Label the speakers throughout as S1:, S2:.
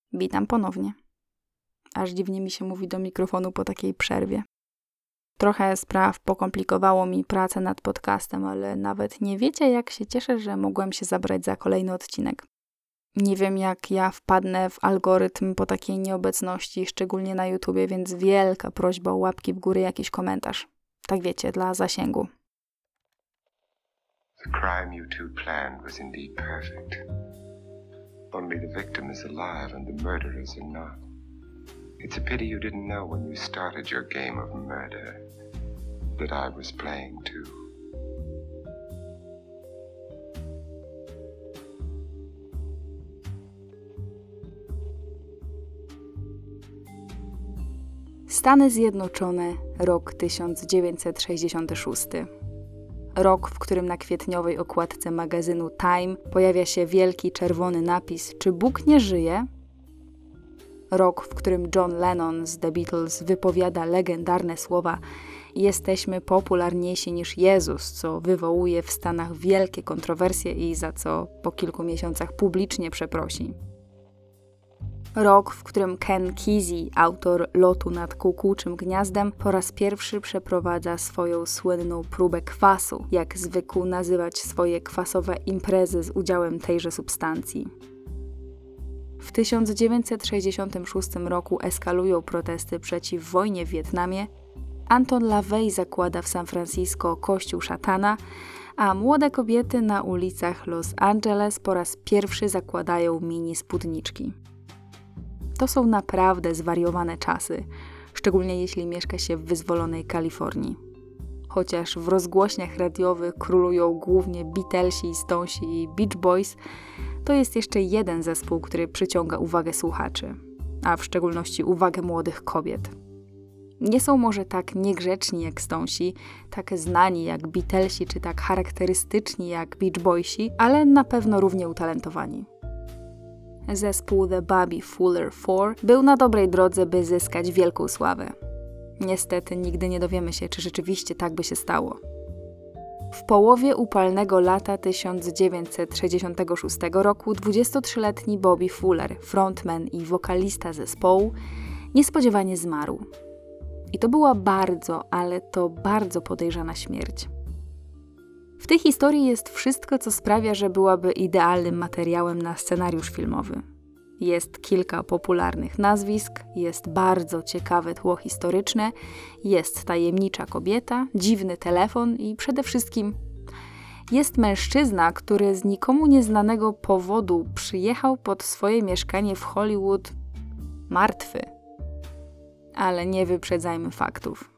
S1: Witam ponownie. Aż dziwnie mi się mówi do mikrofonu po takiej przerwie. Trochę spraw pokomplikowało mi pracę nad podcastem, ale nawet nie wiecie, jak się cieszę, że mogłem się zabrać za kolejny odcinek. Nie wiem, jak ja wpadnę w algorytm po takiej nieobecności, szczególnie na YouTubie, więc wielka prośba o łapki w górę, jakiś komentarz. Tak wiecie, dla zasięgu.
S2: The crime you two planned was indeed perfect. Only the victim is alive and the murderers are not. It's a pity you didn't know when you started your game of murder that I was playing too.
S1: Stany Zjednoczone, rok 1966. Rok, w którym na kwietniowej okładce magazynu Time pojawia się wielki czerwony napis „Czy Bóg nie żyje?”. Rok, w którym John Lennon z The Beatles wypowiada legendarne słowa „Jesteśmy popularniejsi niż Jezus”, co wywołuje w Stanach wielkie kontrowersje i za co po kilku miesiącach publicznie przeprosi. Rok, w którym Ken Kesey, autor Lotu nad kukułczym gniazdem, po raz pierwszy przeprowadza swoją słynną próbę kwasu, jak zwykł nazywać swoje kwasowe imprezy z udziałem tejże substancji. W 1966 roku eskalują protesty przeciw wojnie w Wietnamie, Anton LaVey zakłada w San Francisco kościół szatana, a młode kobiety na ulicach Los Angeles po raz pierwszy zakładają mini spódniczki. To są naprawdę zwariowane czasy, szczególnie jeśli mieszka się w wyzwolonej Kalifornii. Chociaż w rozgłośniach radiowych królują głównie Beatlesi, Stonesi i Beach Boys, to jest jeszcze jeden zespół, który przyciąga uwagę słuchaczy, a w szczególności uwagę młodych kobiet. Nie są może tak niegrzeczni jak Stonesi, tak znani jak Beatlesi czy tak charakterystyczni jak Beach Boysi, ale na pewno równie utalentowani. Zespół The Bobby Fuller 4 był na dobrej drodze, by zyskać wielką sławę. Niestety nigdy nie dowiemy się, czy rzeczywiście tak by się stało. W połowie upalnego lata 1966 roku 23-letni Bobby Fuller, frontman i wokalista zespołu, niespodziewanie zmarł. I to była bardzo, ale to bardzo podejrzana śmierć. W tej historii jest wszystko, co sprawia, że byłaby idealnym materiałem na scenariusz filmowy. Jest kilka popularnych nazwisk, jest bardzo ciekawe tło historyczne, jest tajemnicza kobieta, dziwny telefon i przede wszystkim jest mężczyzna, który z nikomu nieznanego powodu przyjechał pod swoje mieszkanie w Hollywood martwy. Ale nie wyprzedzajmy faktów.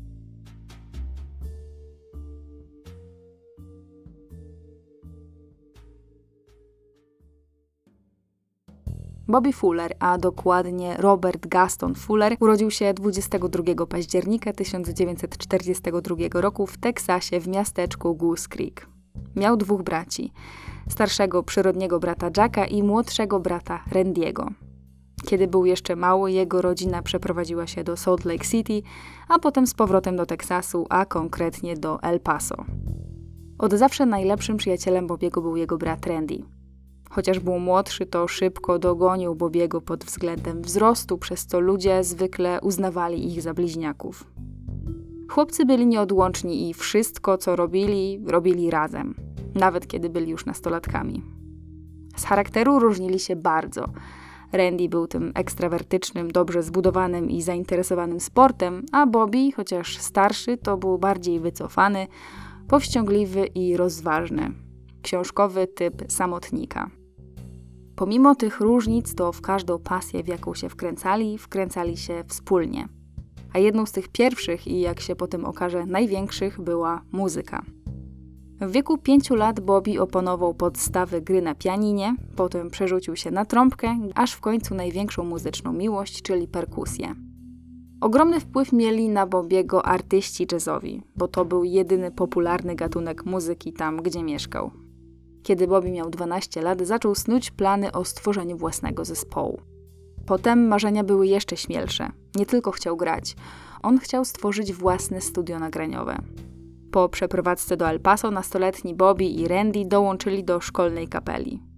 S1: Bobby Fuller, a dokładnie Robert Gaston Fuller, urodził się 22 października 1942 roku w Teksasie w miasteczku Goose Creek. Miał dwóch braci, starszego przyrodniego brata Jacka i młodszego brata Randy'ego. Kiedy był jeszcze mały, jego rodzina przeprowadziła się do Salt Lake City, a potem z powrotem do Teksasu, a konkretnie do El Paso. Od zawsze najlepszym przyjacielem Bobiego był jego brat Randy. Chociaż był młodszy, to szybko dogonił Bobiego pod względem wzrostu, przez co ludzie zwykle uznawali ich za bliźniaków. Chłopcy byli nieodłączni i wszystko, co robili razem, nawet kiedy byli już nastolatkami. Z charakteru różnili się bardzo. Randy był tym ekstrawertycznym, dobrze zbudowanym i zainteresowanym sportem, a Bobby, chociaż starszy, to był bardziej wycofany, powściągliwy i rozważny. Książkowy typ samotnika. Pomimo tych różnic, to w każdą pasję, w jaką się wkręcali się wspólnie. A jedną z tych pierwszych i, jak się potem okaże, największych była muzyka. W wieku 5 lat Bobby opanował podstawy gry na pianinie, potem przerzucił się na trąbkę, aż w końcu największą muzyczną miłość, czyli perkusję. Ogromny wpływ mieli na Bobiego artyści jazzowi, bo to był jedyny popularny gatunek muzyki tam, gdzie mieszkał. Kiedy Bobby miał 12 lat, zaczął snuć plany o stworzeniu własnego zespołu. Potem marzenia były jeszcze śmielsze. Nie tylko chciał grać, on chciał stworzyć własne studio nagraniowe. Po przeprowadzce do El Paso nastoletni Bobby i Randy dołączyli do szkolnej kapeli.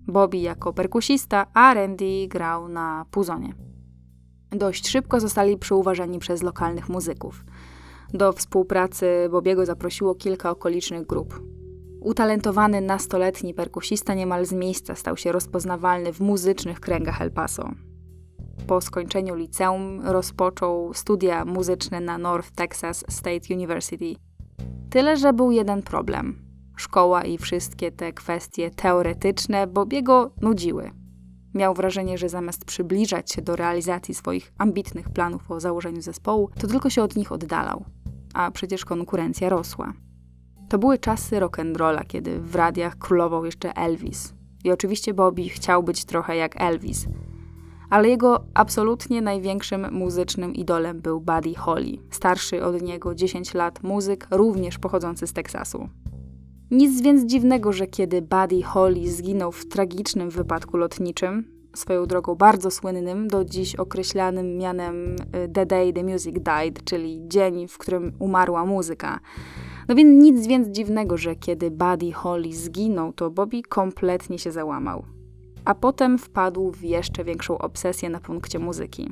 S1: Bobby jako perkusista, a Randy grał na puzonie. Dość szybko zostali przyuważani przez lokalnych muzyków. Do współpracy Bobbiego zaprosiło kilka okolicznych grup. Utalentowany nastoletni perkusista niemal z miejsca stał się rozpoznawalny w muzycznych kręgach El Paso. Po skończeniu liceum rozpoczął studia muzyczne na North Texas State University. Tyle, że był jeden problem. Szkoła i wszystkie te kwestie teoretyczne Bobbiego nudziły. Miał wrażenie, że zamiast przybliżać się do realizacji swoich ambitnych planów o założeniu zespołu, to tylko się od nich oddalał. A przecież konkurencja rosła. To były czasy rock'n'rolla, kiedy w radiach królował jeszcze Elvis. I oczywiście Bobby chciał być trochę jak Elvis. Ale jego absolutnie największym muzycznym idolem był Buddy Holly, starszy od niego 10 lat muzyk, również pochodzący z Teksasu. Nic więc dziwnego, że kiedy Buddy Holly zginął w tragicznym wypadku lotniczym, swoją drogą bardzo słynnym, do dziś określanym mianem The Day the Music Died, czyli dzień, w którym umarła muzyka. No więc nic więc dziwnego, że kiedy Buddy Holly zginął, to Bobby kompletnie się załamał. A potem wpadł w jeszcze większą obsesję na punkcie muzyki.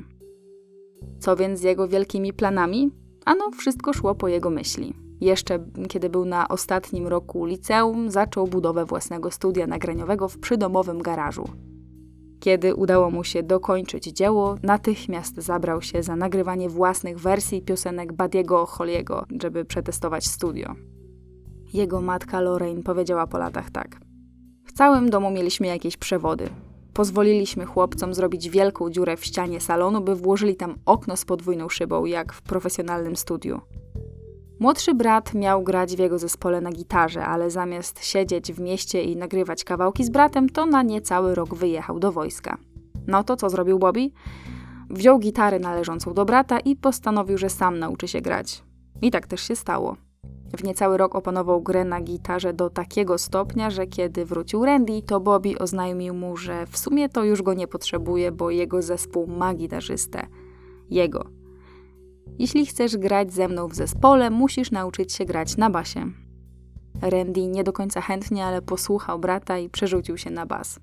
S1: Co więc z jego wielkimi planami? Ano, wszystko szło po jego myśli. Jeszcze kiedy był na ostatnim roku liceum, zaczął budowę własnego studia nagraniowego w przydomowym garażu. Kiedy udało mu się dokończyć dzieło, natychmiast zabrał się za nagrywanie własnych wersji piosenek Buddy'ego Holly'ego, żeby przetestować studio. Jego matka Lorraine powiedziała po latach tak. W całym domu mieliśmy jakieś przewody. Pozwoliliśmy chłopcom zrobić wielką dziurę w ścianie salonu, by włożyli tam okno z podwójną szybą, jak w profesjonalnym studiu. Młodszy brat miał grać w jego zespole na gitarze, ale zamiast siedzieć w mieście i nagrywać kawałki z bratem, to na niecały rok wyjechał do wojska. No to co zrobił Bobby? Wziął gitarę należącą do brata i postanowił, że sam nauczy się grać. I tak też się stało. W niecały rok opanował grę na gitarze do takiego stopnia, że kiedy wrócił Randy, to Bobby oznajmił mu, że w sumie to już go nie potrzebuje, bo jego zespół ma gitarzystę. Jego. Jeśli chcesz grać ze mną w zespole, musisz nauczyć się grać na basie. Randy nie do końca chętnie, ale posłuchał brata i przerzucił się na bas.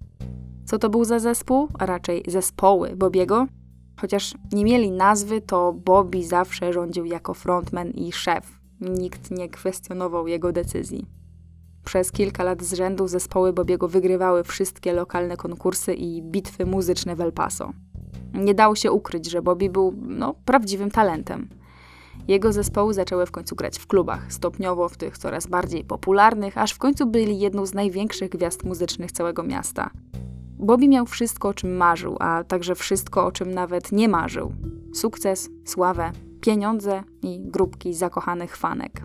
S1: Co to był za zespół? A raczej zespoły Bobbiego? Chociaż nie mieli nazwy, to Bobby zawsze rządził jako frontman i szef. Nikt nie kwestionował jego decyzji. Przez kilka lat z rzędu zespoły Bobbiego wygrywały wszystkie lokalne konkursy i bitwy muzyczne w El Paso. Nie dało się ukryć, że Bobby był prawdziwym talentem. Jego zespoły zaczęły w końcu grać w klubach, stopniowo w tych coraz bardziej popularnych, aż w końcu byli jedną z największych gwiazd muzycznych całego miasta. Bobby miał wszystko, o czym marzył, a także wszystko, o czym nawet nie marzył. Sukces, sławę, pieniądze i grupki zakochanych fanek.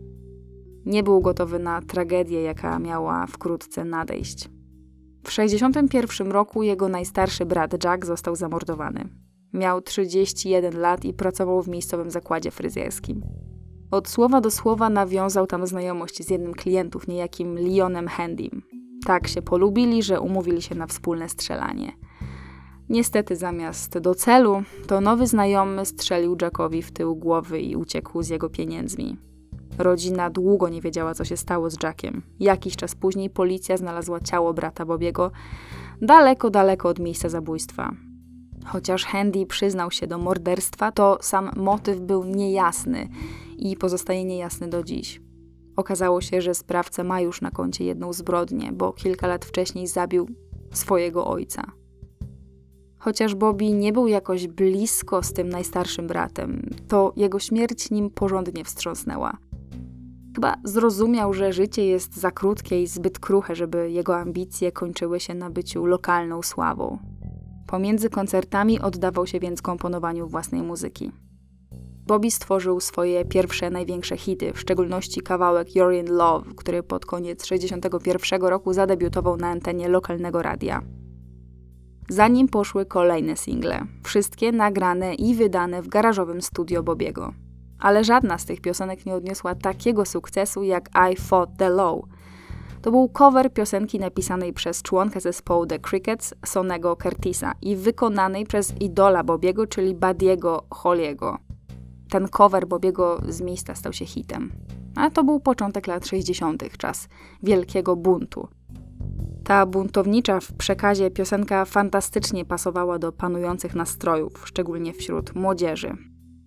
S1: Nie był gotowy na tragedię, jaka miała wkrótce nadejść. W 1961 roku jego najstarszy brat Jack został zamordowany. Miał 31 lat i pracował w miejscowym zakładzie fryzjerskim. Od słowa do słowa nawiązał tam znajomość z jednym klientów, niejakim Leonem Handym. Tak się polubili, że umówili się na wspólne strzelanie. Niestety zamiast do celu, to nowy znajomy strzelił Jackowi w tył głowy i uciekł z jego pieniędzmi. Rodzina długo nie wiedziała, co się stało z Jackiem. Jakiś czas później policja znalazła ciało brata Bobbiego daleko, daleko od miejsca zabójstwa. Chociaż Handy przyznał się do morderstwa, to sam motyw był niejasny i pozostaje niejasny do dziś. Okazało się, że sprawca ma już na koncie jedną zbrodnię, bo kilka lat wcześniej zabił swojego ojca. Chociaż Bobby nie był jakoś blisko z tym najstarszym bratem, to jego śmierć nim porządnie wstrząsnęła. Chyba zrozumiał, że życie jest za krótkie i zbyt kruche, żeby jego ambicje kończyły się na byciu lokalną sławą. Pomiędzy koncertami oddawał się więc komponowaniu własnej muzyki. Bobby stworzył swoje pierwsze, największe hity, w szczególności kawałek You're in Love, który pod koniec 1961 roku zadebiutował na antenie lokalnego radia. Za nim poszły kolejne single, wszystkie nagrane i wydane w garażowym studio Bobbiego. Ale żadna z tych piosenek nie odniosła takiego sukcesu jak I Fought the Law. To był cover piosenki napisanej przez członka zespołu The Crickets, Sonnego Curtisa i wykonanej przez idola Bobbiego, czyli Buddy'ego Holly'ego. Ten cover Bobbiego z miejsca stał się hitem. A to był początek lat 60., czas wielkiego buntu. Ta buntownicza w przekazie piosenka fantastycznie pasowała do panujących nastrojów, szczególnie wśród młodzieży.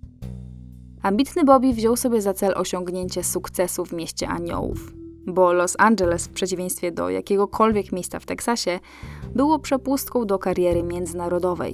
S1: Ambitny Bobby wziął sobie za cel osiągnięcie sukcesu w mieście aniołów, bo Los Angeles, w przeciwieństwie do jakiegokolwiek miejsca w Teksasie, było przepustką do kariery międzynarodowej.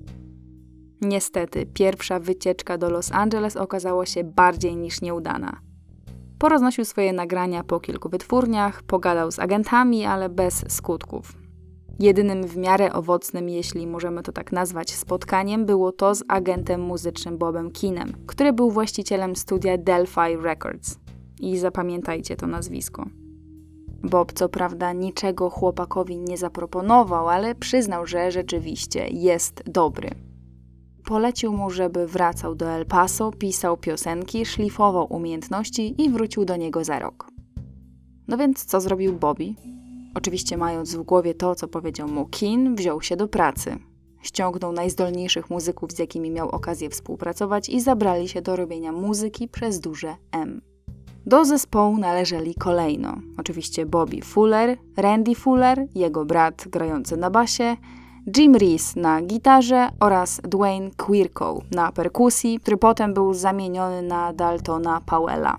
S1: Niestety, pierwsza wycieczka do Los Angeles okazała się bardziej niż nieudana. Poroznosił swoje nagrania po kilku wytwórniach, pogadał z agentami, ale bez skutków. Jedynym w miarę owocnym, jeśli możemy to tak nazwać, spotkaniem było to z agentem muzycznym Bobem Keenem, który był właścicielem studia Delphi Records. I zapamiętajcie to nazwisko. Bob co prawda niczego chłopakowi nie zaproponował, ale przyznał, że rzeczywiście jest dobry. Polecił mu, żeby wracał do El Paso, pisał piosenki, szlifował umiejętności i wrócił do niego za rok. No więc co zrobił Bobby? Oczywiście mając w głowie to, co powiedział mu Keen, wziął się do pracy. Ściągnął najzdolniejszych muzyków, z jakimi miał okazję współpracować i zabrali się do robienia muzyki przez duże M. Do zespołu należeli kolejno oczywiście Bobby Fuller, Randy Fuller, jego brat grający na basie, Jim Reese na gitarze oraz Dwayne Quirko na perkusji, który potem był zamieniony na Daltona Powella.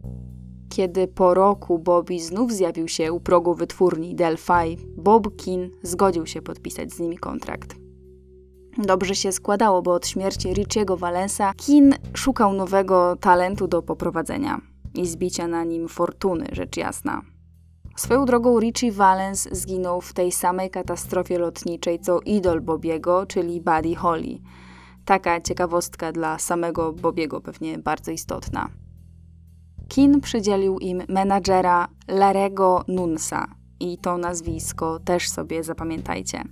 S1: Kiedy po roku Bobby znów zjawił się u progu wytwórni Delphi, Bob Keen zgodził się podpisać z nimi kontrakt. Dobrze się składało, bo od śmierci Richiego Valensa Keen szukał nowego talentu do poprowadzenia i zbicia na nim fortuny, rzecz jasna. Swoją drogą Richie Valens zginął w tej samej katastrofie lotniczej co idol Bobiego, czyli Buddy Holly. Taka ciekawostka dla samego Bobiego, pewnie bardzo istotna. Keen przydzielił im menadżera Larego Nunsa i to nazwisko też sobie zapamiętajcie.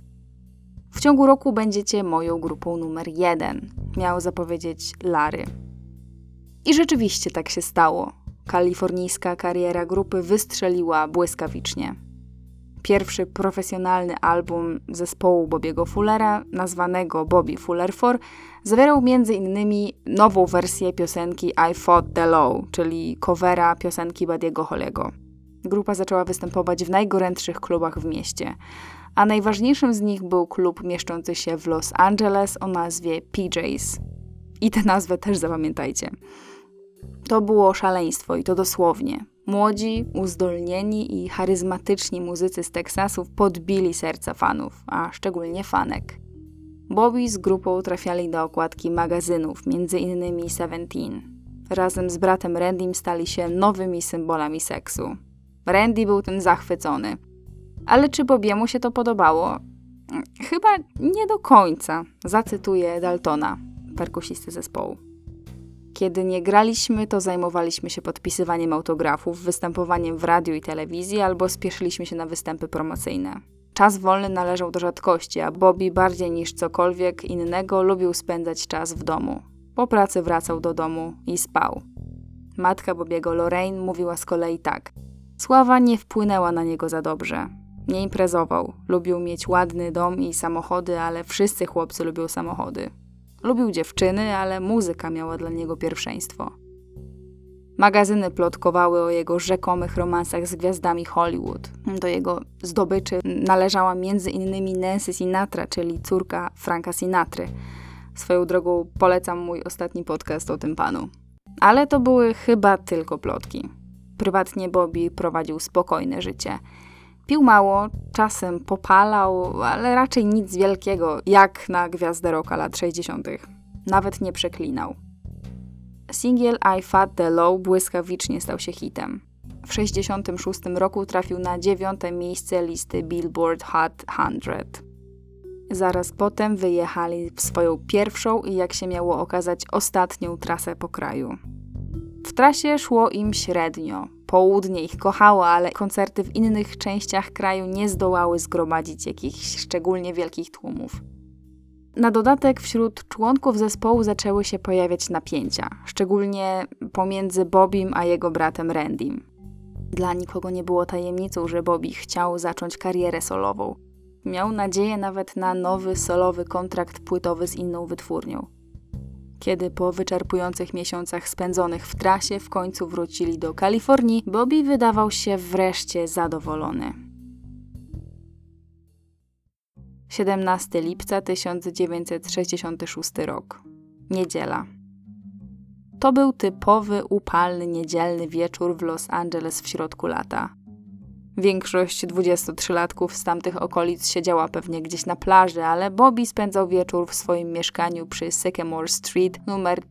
S1: W ciągu roku będziecie moją grupą numer 1, miał zapowiedzieć Larry. I rzeczywiście tak się stało. Kalifornijska kariera grupy wystrzeliła błyskawicznie. Pierwszy profesjonalny album zespołu Bobbiego Fullera, nazwanego Bobby Fuller 4, zawierał m.in. nową wersję piosenki I Fought the Law, czyli covera piosenki Buddy'ego Holly'ego. Grupa zaczęła występować w najgorętszych klubach w mieście, a najważniejszym z nich był klub mieszczący się w Los Angeles o nazwie PJ's. I tę nazwę też zapamiętajcie. To było szaleństwo i to dosłownie. Młodzi, uzdolnieni i charyzmatyczni muzycy z Teksasu podbili serca fanów, a szczególnie fanek. Bobby z grupą trafiali do okładki magazynów, m.in. Seventeen. Razem z bratem Randym stali się nowymi symbolami seksu. Randy był tym zachwycony. Ale czy Bobbiemu się to podobało? Chyba nie do końca, zacytuję Daltona, perkusisty zespołu. Kiedy nie graliśmy, to zajmowaliśmy się podpisywaniem autografów, występowaniem w radiu i telewizji albo spieszyliśmy się na występy promocyjne. Czas wolny należał do rzadkości, a Bobby bardziej niż cokolwiek innego lubił spędzać czas w domu. Po pracy wracał do domu i spał. Matka Bobbiego, Lorraine, mówiła z kolei tak. Sława nie wpłynęła na niego za dobrze. Nie imprezował. Lubił mieć ładny dom i samochody, ale wszyscy chłopcy lubią samochody. Lubił dziewczyny, ale muzyka miała dla niego pierwszeństwo. Magazyny plotkowały o jego rzekomych romansach z gwiazdami Hollywood. Do jego zdobyczy należała m.in. Nancy Sinatra, czyli córka Franka Sinatry. Swoją drogą polecam mój ostatni podcast o tym panu. Ale to były chyba tylko plotki. Prywatnie Bobby prowadził spokojne życie. Pił mało, czasem popalał, ale raczej nic wielkiego, jak na gwiazdę rocka lat 60. Nawet nie przeklinał. Singiel I Fought the Law błyskawicznie stał się hitem. W 1966 roku trafił na 9. miejsce listy Billboard Hot 100. Zaraz potem wyjechali w swoją pierwszą i, jak się miało okazać, ostatnią trasę po kraju. W trasie szło im średnio. Południe ich kochało, ale koncerty w innych częściach kraju nie zdołały zgromadzić jakichś szczególnie wielkich tłumów. Na dodatek wśród członków zespołu zaczęły się pojawiać napięcia, szczególnie pomiędzy Bobbym a jego bratem Randym. Dla nikogo nie było tajemnicą, że Bobby chciał zacząć karierę solową. Miał nadzieję nawet na nowy solowy kontrakt płytowy z inną wytwórnią. Kiedy po wyczerpujących miesiącach spędzonych w trasie w końcu wrócili do Kalifornii, Bobby wydawał się wreszcie zadowolony. 17 lipca 1966 rok. Niedziela. To był typowy, upalny, niedzielny wieczór w Los Angeles w środku lata. Większość 23-latków z tamtych okolic siedziała pewnie gdzieś na plaży, ale Bobby spędzał wieczór w swoim mieszkaniu przy Sycamore Street numer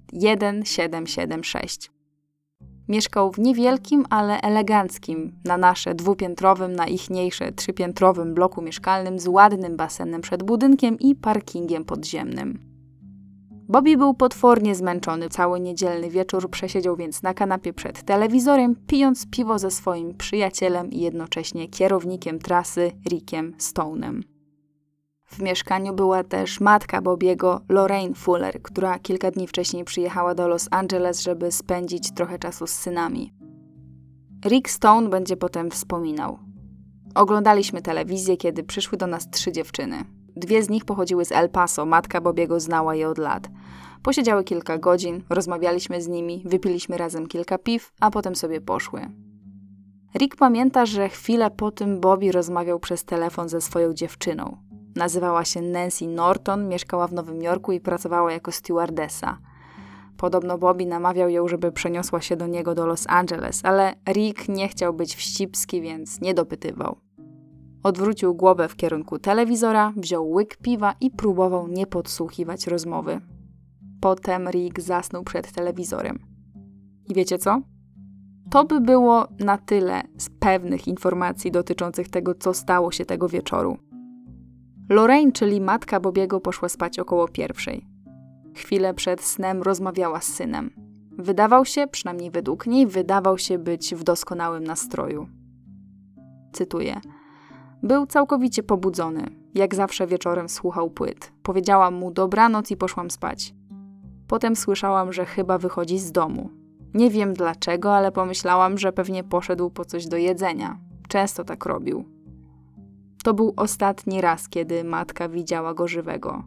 S1: 1776. Mieszkał w niewielkim, ale eleganckim, na nasze dwupiętrowym, na ichniejsze trzypiętrowym bloku mieszkalnym z ładnym basenem przed budynkiem i parkingiem podziemnym. Bobby był potwornie zmęczony, cały niedzielny wieczór przesiedział więc na kanapie przed telewizorem, pijąc piwo ze swoim przyjacielem i jednocześnie kierownikiem trasy Rickiem Stone'em. W mieszkaniu była też matka Bobbiego, Lorraine Fuller, która kilka dni wcześniej przyjechała do Los Angeles, żeby spędzić trochę czasu z synami. Rick Stone będzie potem wspominał. Oglądaliśmy telewizję, kiedy przyszły do nas 3 dziewczyny. 2 z nich pochodziły z El Paso, matka Bobbiego znała je od lat. Posiedziały kilka godzin, rozmawialiśmy z nimi, wypiliśmy razem kilka piw, a potem sobie poszły. Rick pamięta, że chwilę po tym Bobby rozmawiał przez telefon ze swoją dziewczyną. Nazywała się Nancy Norton, mieszkała w Nowym Jorku i pracowała jako stewardessa. Podobno Bobby namawiał ją, żeby przeniosła się do niego do Los Angeles, ale Rick nie chciał być wścibski, więc nie dopytywał. Odwrócił głowę w kierunku telewizora, wziął łyk piwa i próbował nie podsłuchiwać rozmowy. Potem Rick zasnął przed telewizorem. I wiecie co? To by było na tyle z pewnych informacji dotyczących tego, co stało się tego wieczoru. Lorraine, czyli matka Bobbiego, poszła spać około 1:00. Chwilę przed snem rozmawiała z synem. Wydawał się, przynajmniej według niej, być w doskonałym nastroju. Cytuję. Był całkowicie pobudzony. Jak zawsze wieczorem słuchał płyt. Powiedziałam mu dobranoc i poszłam spać. Potem słyszałam, że chyba wychodzi z domu. Nie wiem dlaczego, ale pomyślałam, że pewnie poszedł po coś do jedzenia. Często tak robił. To był ostatni raz, kiedy matka widziała go żywego.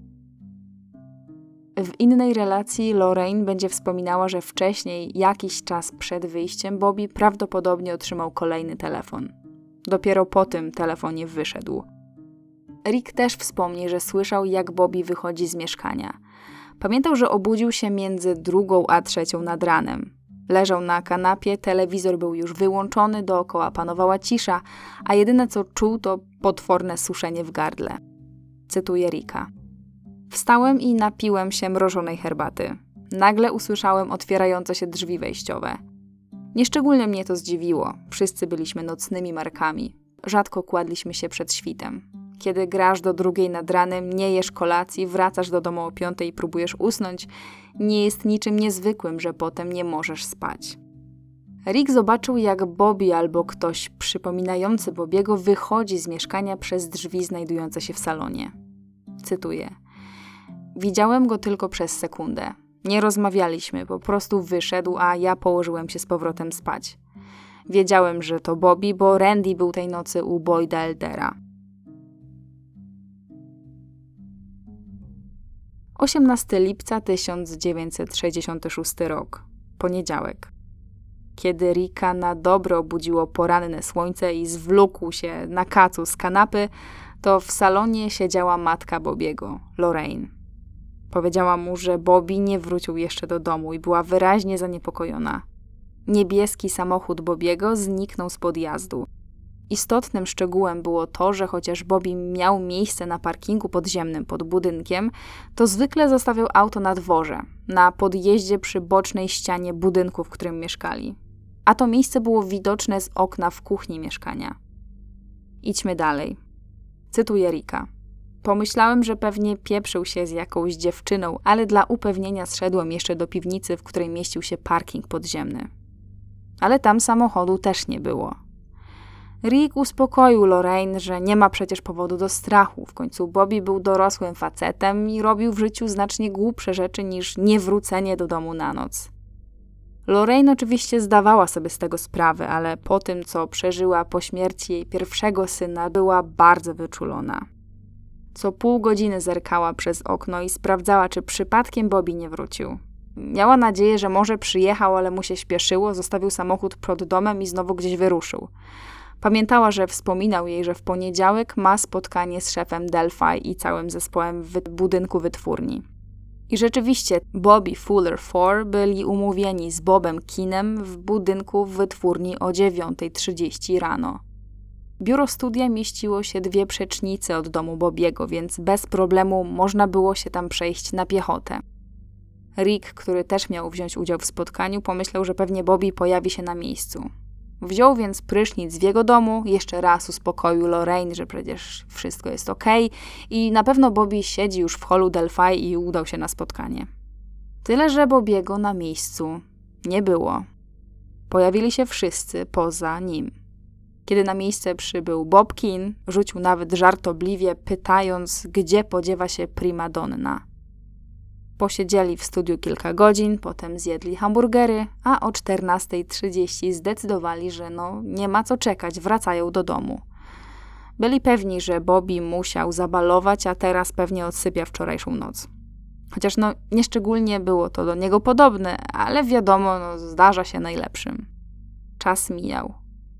S1: W innej relacji Lorraine będzie wspominała, że wcześniej, jakiś czas przed wyjściem, Bobby prawdopodobnie otrzymał kolejny telefon. Dopiero po tym telefonie wyszedł. Rick też wspomni, że słyszał, jak Bobby wychodzi z mieszkania. Pamiętał, że obudził się między 2 a 3 nad ranem. Leżał na kanapie, telewizor był już wyłączony, dookoła panowała cisza, a jedyne co czuł to potworne suszenie w gardle. Cytuję Ricka. Wstałem i napiłem się mrożonej herbaty. Nagle usłyszałem otwierające się drzwi wejściowe. Nieszczególnie mnie to zdziwiło. Wszyscy byliśmy nocnymi markami. Rzadko kładliśmy się przed świtem. Kiedy grasz do 2 nad ranem, nie jesz kolacji, wracasz do domu o 5 i próbujesz usnąć, nie jest niczym niezwykłym, że potem nie możesz spać. Rick zobaczył, jak Bobby albo ktoś przypominający Bobbiego wychodzi z mieszkania przez drzwi znajdujące się w salonie. Cytuję. Widziałem go tylko przez sekundę. Nie rozmawialiśmy, po prostu wyszedł, a ja położyłem się z powrotem spać. Wiedziałem, że to Bobby, bo Randy był tej nocy u Boyda Eldera. 18 lipca 1966 rok. Poniedziałek. Kiedy Ricka na dobre obudziło poranne słońce i zwlókł się na kacu z kanapy, to w salonie siedziała matka Bobbiego, Lorraine. Powiedziała mu, że Bobby nie wrócił jeszcze do domu i była wyraźnie zaniepokojona. Niebieski samochód Bobbiego zniknął z podjazdu. Istotnym szczegółem było to, że chociaż Bobby miał miejsce na parkingu podziemnym pod budynkiem, to zwykle zostawiał auto na dworze, na podjeździe przy bocznej ścianie budynku, w którym mieszkali. A to miejsce było widoczne z okna w kuchni mieszkania. Idźmy dalej. Cytuję Ricka. Pomyślałem, że pewnie pieprzył się z jakąś dziewczyną, ale dla upewnienia zszedłem jeszcze do piwnicy, w której mieścił się parking podziemny. Ale tam samochodu też nie było. Rick uspokoił Lorraine, że nie ma przecież powodu do strachu. W końcu Bobby był dorosłym facetem i robił w życiu znacznie głupsze rzeczy niż niewrócenie do domu na noc. Lorraine oczywiście zdawała sobie z tego sprawę, ale po tym, co przeżyła po śmierci jej pierwszego syna, była bardzo wyczulona. Co pół godziny zerkała przez okno i sprawdzała, czy przypadkiem Bobby nie wrócił. Miała nadzieję, że może przyjechał, ale mu się śpieszyło, zostawił samochód przed domem i znowu gdzieś wyruszył. Pamiętała, że wspominał jej, że w poniedziałek ma spotkanie z szefem Delphi i całym zespołem w budynku wytwórni. I rzeczywiście Bobby Fuller 4 byli umówieni z Bobem Keenem w budynku wytwórni o 9:30 rano. Biuro studia mieściło się 2 przecznice od domu Bobiego, więc bez problemu można było się tam przejść na piechotę. Rick, który też miał wziąć udział w spotkaniu, pomyślał, że pewnie Bobby pojawi się na miejscu. Wziął więc prysznic w jego domu, jeszcze raz uspokoił Lorraine, że przecież wszystko jest okej i na pewno Bobby siedzi już w holu Delphi i udał się na spotkanie. Tyle, że Bobiego na miejscu nie było. Pojawili się wszyscy poza nim. Kiedy na miejsce przybył Bob Keane, rzucił nawet żartobliwie, pytając, gdzie podziewa się prima donna. Posiedzieli w studiu kilka godzin, potem zjedli hamburgery, a o 14:30 zdecydowali, że nie ma co czekać, wracają do domu. Byli pewni, że Bobby musiał zabalować, a teraz pewnie odsypia wczorajszą noc. Chociaż nieszczególnie było to do niego podobne, ale wiadomo, zdarza się najlepszym. Czas mijał.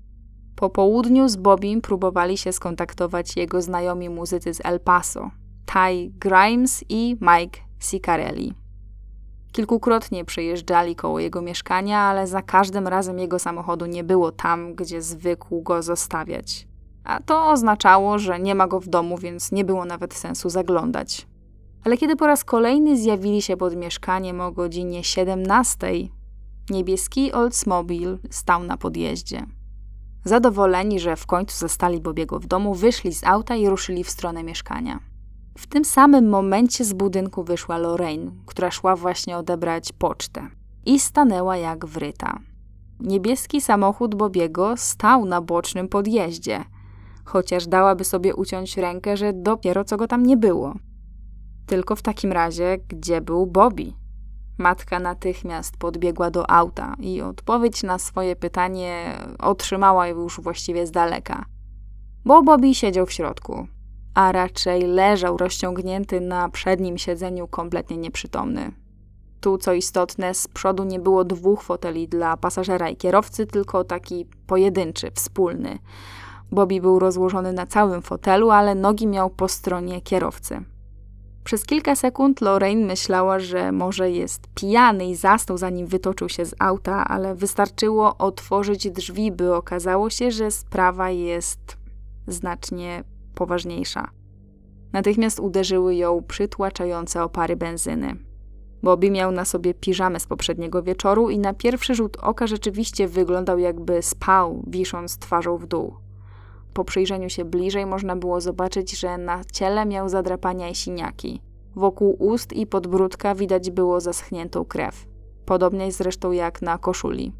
S1: Po południu z Bobbym próbowali się skontaktować jego znajomi muzycy z El Paso, Ty Grimes i Mike Ciccarelli. Kilkukrotnie przejeżdżali koło jego mieszkania, ale za każdym razem jego samochodu nie było tam, gdzie zwykł go zostawiać. A to oznaczało, że nie ma go w domu, więc nie było nawet sensu zaglądać. Ale kiedy po raz kolejny zjawili się pod mieszkaniem o godzinie 17:00, niebieski Oldsmobile stał na podjeździe. Zadowoleni, że w końcu zastali Bobiego w domu, wyszli z auta i ruszyli w stronę mieszkania. W tym samym momencie z budynku wyszła Lorraine, która szła właśnie odebrać pocztę. I stanęła jak wryta. Niebieski samochód Bobiego stał na bocznym podjeździe, chociaż dałaby sobie uciąć rękę, że dopiero co go tam nie było. Tylko w takim razie, gdzie był Bobby? Matka natychmiast podbiegła do auta i odpowiedź na swoje pytanie otrzymała już właściwie z daleka. Bo Bobby siedział w środku, a raczej leżał rozciągnięty na przednim siedzeniu kompletnie nieprzytomny. Tu, co istotne, z przodu nie było 2 foteli dla pasażera i kierowcy, tylko taki pojedynczy, wspólny. Bobby był rozłożony na całym fotelu, ale nogi miał po stronie kierowcy. Przez kilka sekund Lorraine myślała, że może jest pijany i zasnął, zanim wytoczył się z auta, ale wystarczyło otworzyć drzwi, by okazało się, że sprawa jest znacznie poważniejsza. Natychmiast uderzyły ją przytłaczające opary benzyny. Bobby miał na sobie piżamę z poprzedniego wieczoru i na pierwszy rzut oka rzeczywiście wyglądał, jakby spał, wisząc twarzą w dół. Po przyjrzeniu się bliżej można było zobaczyć, że na ciele miał zadrapania i siniaki. Wokół ust i podbródka widać było zaschniętą krew. Podobnie zresztą jak na koszuli.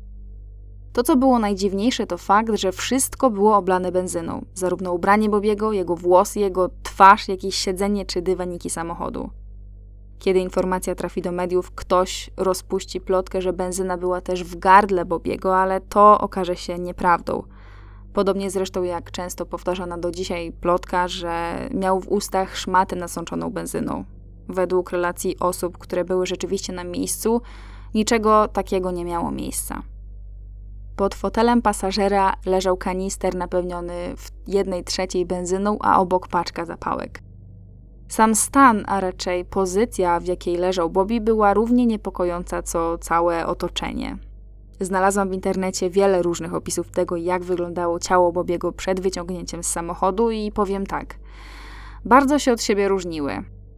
S1: To, co było najdziwniejsze, to fakt, że wszystko było oblane benzyną. Zarówno ubranie Bobiego, jego włosy, jego twarz, jakieś siedzenie czy dywaniki samochodu. Kiedy informacja trafi do mediów, ktoś rozpuści plotkę, że benzyna była też w gardle Bobiego, ale to okaże się nieprawdą. Podobnie zresztą jak często powtarzana do dzisiaj plotka, że miał w ustach szmatę nasączoną benzyną. Według relacji osób, które były rzeczywiście na miejscu, niczego takiego nie miało miejsca. Pod fotelem pasażera leżał kanister napełniony w 1/3 benzyną, a obok paczka zapałek. Sam stan, a raczej pozycja, w jakiej leżał Bobby, była równie niepokojąca co całe otoczenie. Znalazłam w internecie wiele różnych opisów tego, jak wyglądało ciało Bobiego przed wyciągnięciem z samochodu i powiem tak. Bardzo się od siebie różniły.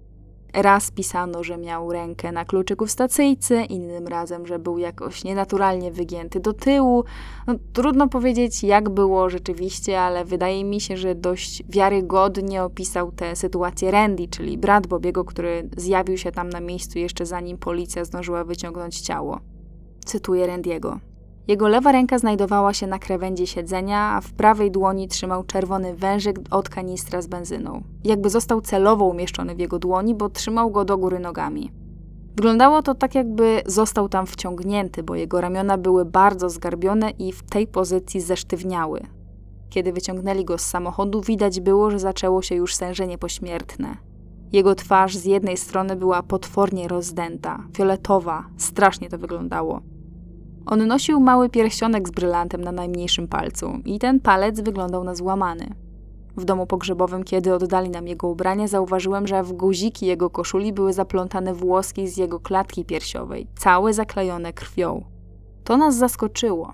S1: Raz pisano, że miał rękę na kluczyku w stacyjce, innym razem, że był jakoś nienaturalnie wygięty do tyłu. Trudno powiedzieć, jak było rzeczywiście, ale wydaje mi się, że dość wiarygodnie opisał tę sytuację Randy, czyli brat Bobiego, który zjawił się tam na miejscu jeszcze zanim policja zdążyła wyciągnąć ciało. Cytuję Randy'ego. Jego lewa ręka znajdowała się na krawędzi siedzenia, a w prawej dłoni trzymał czerwony wężyk od kanistra z benzyną. Jakby został celowo umieszczony w jego dłoni, bo trzymał go do góry nogami. Wyglądało to tak, jakby został tam wciągnięty, bo jego ramiona były bardzo zgarbione i w tej pozycji zesztywniały. Kiedy wyciągnęli go z samochodu, widać było, że zaczęło się już stężenie pośmiertne. Jego twarz z jednej strony była potwornie rozdęta, fioletowa, strasznie to wyglądało. On nosił mały pierścionek z brylantem na najmniejszym palcu i ten palec wyglądał na złamany. W domu pogrzebowym, kiedy oddali nam jego ubrania, zauważyłem, że w guziki jego koszuli były zaplątane włoski z jego klatki piersiowej, całe zaklejone krwią. To nas zaskoczyło.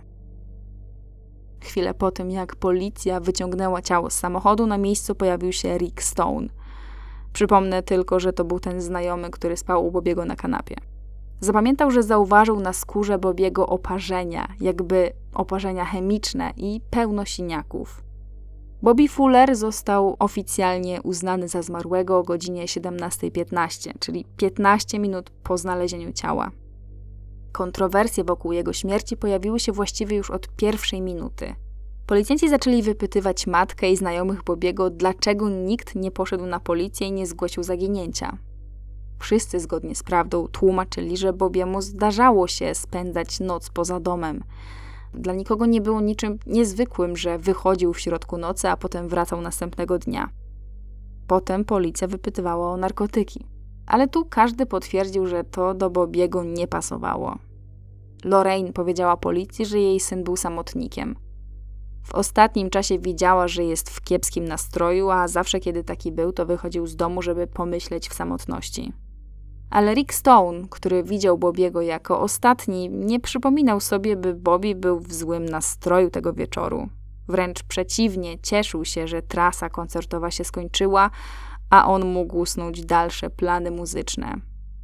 S1: Chwilę po tym, jak policja wyciągnęła ciało z samochodu, na miejscu pojawił się Rick Stone. Przypomnę tylko, że to był ten znajomy, który spał u Bobiego na kanapie. Zapamiętał, że zauważył na skórze Bobiego oparzenia, jakby oparzenia chemiczne i pełno siniaków. Bobby Fuller został oficjalnie uznany za zmarłego o godzinie 17:15, czyli 15 minut po znalezieniu ciała. Kontrowersje wokół jego śmierci pojawiły się właściwie już od pierwszej minuty. Policjanci zaczęli wypytywać matkę i znajomych Bobiego, dlaczego nikt nie poszedł na policję i nie zgłosił zaginięcia. Wszyscy zgodnie z prawdą tłumaczyli, że Bobiemu zdarzało się spędzać noc poza domem. Dla nikogo nie było niczym niezwykłym, że wychodził w środku nocy, a potem wracał następnego dnia. Potem policja wypytywała o narkotyki. Ale tu każdy potwierdził, że to do Bobiego nie pasowało. Lorraine powiedziała policji, że jej syn był samotnikiem. W ostatnim czasie widziała, że jest w kiepskim nastroju, a zawsze kiedy taki był, to wychodził z domu, żeby pomyśleć w samotności. Ale Rick Stone, który widział Bobiego jako ostatni, nie przypominał sobie, by Bobby był w złym nastroju tego wieczoru. Wręcz przeciwnie, cieszył się, że trasa koncertowa się skończyła, a on mógł snuć dalsze plany muzyczne.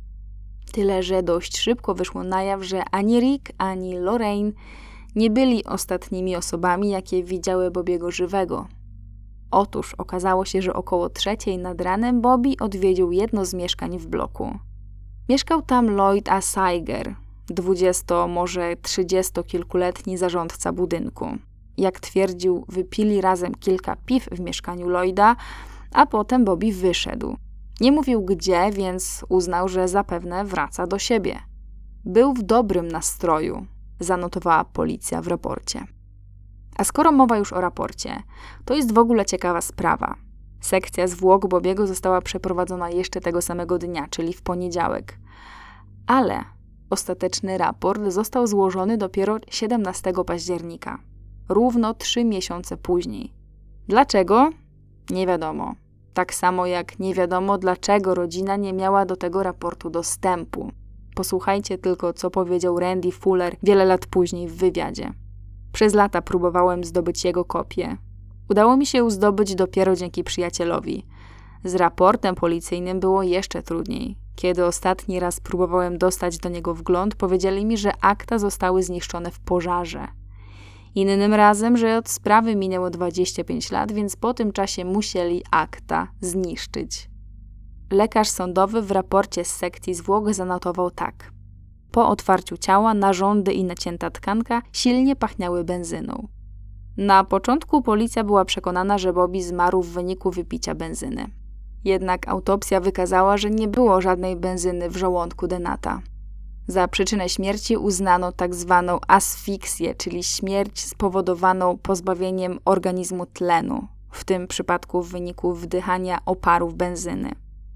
S1: Tyle, że dość szybko wyszło na jaw, że ani Rick, ani Lorraine nie byli ostatnimi osobami, jakie widziały Bobiego żywego. Otóż okazało się, że około 3:00 nad ranem Bobby odwiedził jedno z mieszkań w bloku. Mieszkał tam Lloyd A. Saiger, 20, może 30-kilkuletni zarządca budynku. Jak twierdził, wypili razem kilka piw w mieszkaniu Lloyda, a potem Bobby wyszedł. Nie mówił gdzie, więc uznał, że zapewne wraca do siebie. Był w dobrym nastroju, zanotowała policja w raporcie. A skoro mowa już o raporcie, to jest w ogóle ciekawa sprawa. Sekcja zwłok Bobiego została przeprowadzona jeszcze tego samego dnia, czyli w poniedziałek. Ale ostateczny raport został złożony dopiero 17 października, równo 3 miesiące później. Dlaczego? Nie wiadomo. Tak samo jak nie wiadomo, dlaczego rodzina nie miała do tego raportu dostępu. Posłuchajcie tylko, co powiedział Randy Fuller wiele lat później w wywiadzie. Przez lata próbowałem zdobyć jego kopię. Udało mi się ją zdobyć dopiero dzięki przyjacielowi. Z raportem policyjnym było jeszcze trudniej. Kiedy ostatni raz próbowałem dostać do niego wgląd, powiedzieli mi, że akta zostały zniszczone w pożarze. Innym razem, że od sprawy minęło 25 lat, więc po tym czasie musieli akta zniszczyć. Lekarz sądowy w raporcie z sekcji zwłok zanotował tak. Po otwarciu ciała narządy i nacięta tkanka silnie pachniały benzyną. Na początku policja była przekonana, że Bobby zmarł w wyniku wypicia benzyny. Jednak autopsja wykazała, że nie było żadnej benzyny w żołądku Denata. Za przyczynę śmierci uznano tak zwaną asfiksję, czyli śmierć spowodowaną pozbawieniem organizmu tlenu, w tym przypadku w wyniku wdychania oparów benzyny.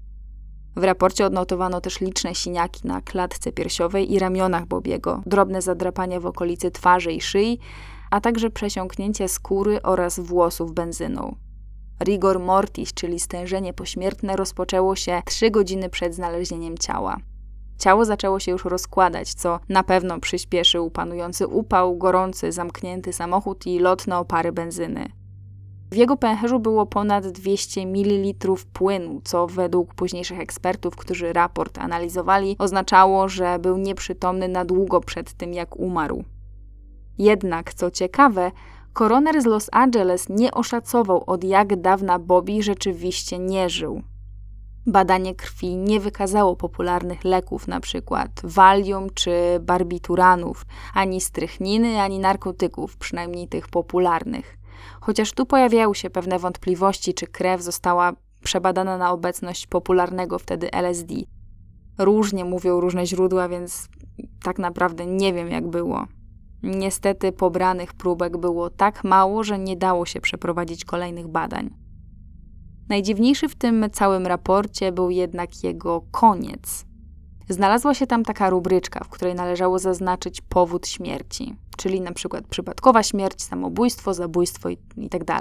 S1: W raporcie odnotowano też liczne siniaki na klatce piersiowej i ramionach Bobiego, drobne zadrapania w okolicy twarzy i szyi, a także przesiąknięcie skóry oraz włosów benzyną. Rigor mortis, czyli stężenie pośmiertne, rozpoczęło się 3 godziny przed znalezieniem ciała. Ciało zaczęło się już rozkładać, co na pewno przyspieszył panujący upał, gorący, zamknięty samochód i lotne opary benzyny. W jego pęcherzu było ponad 200 ml płynu, co według późniejszych ekspertów, którzy raport analizowali, oznaczało, że był nieprzytomny na długo przed tym, jak umarł. Jednak, co ciekawe, koroner z Los Angeles nie oszacował, od jak dawna Bobby rzeczywiście nie żył. Badanie krwi nie wykazało popularnych leków, np. Valium czy barbituranów, ani strychniny, ani narkotyków, przynajmniej tych popularnych. Chociaż tu pojawiały się pewne wątpliwości, czy krew została przebadana na obecność popularnego wtedy LSD. Różnie mówią różne źródła, więc tak naprawdę nie wiem, jak było. Niestety pobranych próbek było tak mało, że nie dało się przeprowadzić kolejnych badań. Najdziwniejszy w tym całym raporcie był jednak jego koniec. Znalazła się tam taka rubryczka, w której należało zaznaczyć powód śmierci, czyli na przykład przypadkowa śmierć, samobójstwo, zabójstwo itd.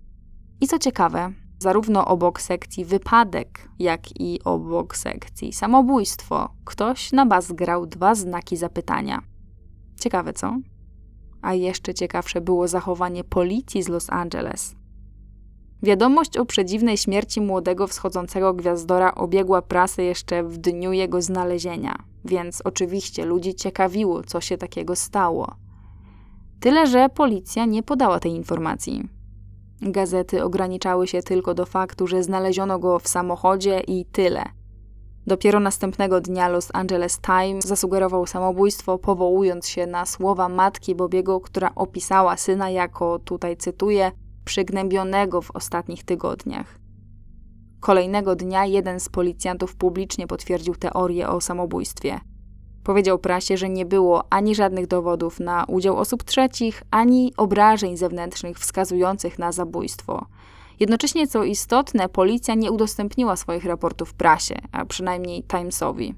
S1: I co ciekawe, zarówno obok sekcji wypadek, jak i obok sekcji samobójstwo, ktoś na bas grał 2 znaki zapytania. Ciekawe, co? A jeszcze ciekawsze było zachowanie policji z Los Angeles. Wiadomość o przedziwnej śmierci młodego wschodzącego gwiazdora obiegła prasę jeszcze w dniu jego znalezienia, więc oczywiście ludzi ciekawiło, co się takiego stało. Tyle, że policja nie podała tej informacji. Gazety ograniczały się tylko do faktu, że znaleziono go w samochodzie i tyle. Dopiero następnego dnia Los Angeles Times zasugerował samobójstwo, powołując się na słowa matki Bobiego, która opisała syna jako, tutaj cytuję, przygnębionego w ostatnich tygodniach. Kolejnego dnia jeden z policjantów publicznie potwierdził teorię o samobójstwie. Powiedział prasie, że nie było ani żadnych dowodów na udział osób trzecich, ani obrażeń zewnętrznych wskazujących na zabójstwo. Jednocześnie, co istotne, policja nie udostępniła swoich raportów prasie, a przynajmniej Timesowi.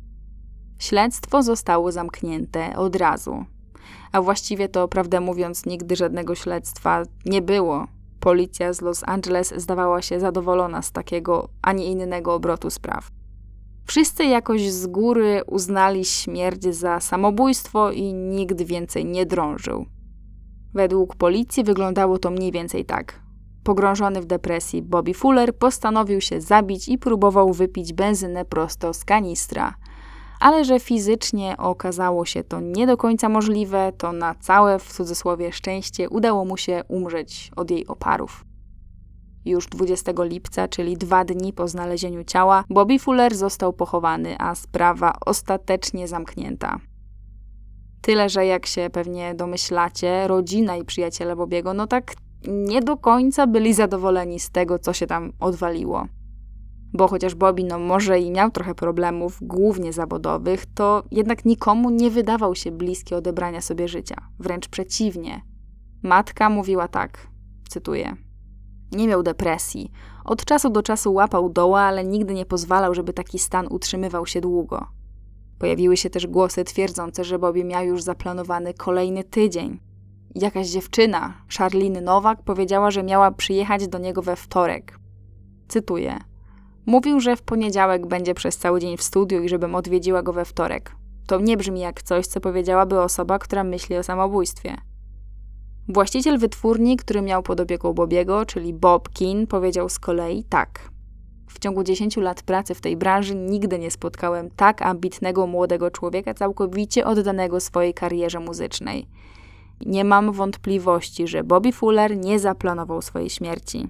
S1: Śledztwo zostało zamknięte od razu. A właściwie to, prawdę mówiąc, nigdy żadnego śledztwa nie było. Policja z Los Angeles zdawała się zadowolona z takiego, a nie innego obrotu spraw. Wszyscy jakoś z góry uznali śmierć za samobójstwo i nikt więcej nie drążył. Według policji wyglądało to mniej więcej tak. Pogrążony w depresji Bobby Fuller postanowił się zabić i próbował wypić benzynę prosto z kanistra. Ale że fizycznie okazało się to nie do końca możliwe, to na całe, w cudzysłowie, szczęście udało mu się umrzeć od jej oparów. Już 20 lipca, czyli 2 dni po znalezieniu ciała, Bobby Fuller został pochowany, a sprawa ostatecznie zamknięta. Tyle, że jak się pewnie domyślacie, rodzina i przyjaciele Bobiego, no tak nie do końca byli zadowoleni z tego, co się tam odwaliło. Bo chociaż Bobby może i miał trochę problemów, głównie zawodowych, to jednak nikomu nie wydawał się bliski odebrania sobie życia. Wręcz przeciwnie. Matka mówiła tak, cytuję: nie miał depresji. Od czasu do czasu łapał doła, ale nigdy nie pozwalał, żeby taki stan utrzymywał się długo. Pojawiły się też głosy twierdzące, że Bobby miał już zaplanowany kolejny tydzień. Jakaś dziewczyna, Charlene Nowak, powiedziała, że miała przyjechać do niego we wtorek. Cytuję: mówił, że w poniedziałek będzie przez cały dzień w studiu i żebym odwiedziła go we wtorek. To nie brzmi jak coś, co powiedziałaby osoba, która myśli o samobójstwie. Właściciel wytwórni, który miał pod opieką Bobiego, czyli Bob Keane, powiedział z kolei tak: w ciągu 10 lat pracy w tej branży nigdy nie spotkałem tak ambitnego młodego człowieka całkowicie oddanego swojej karierze muzycznej. Nie mam wątpliwości, że Bobby Fuller nie zaplanował swojej śmierci.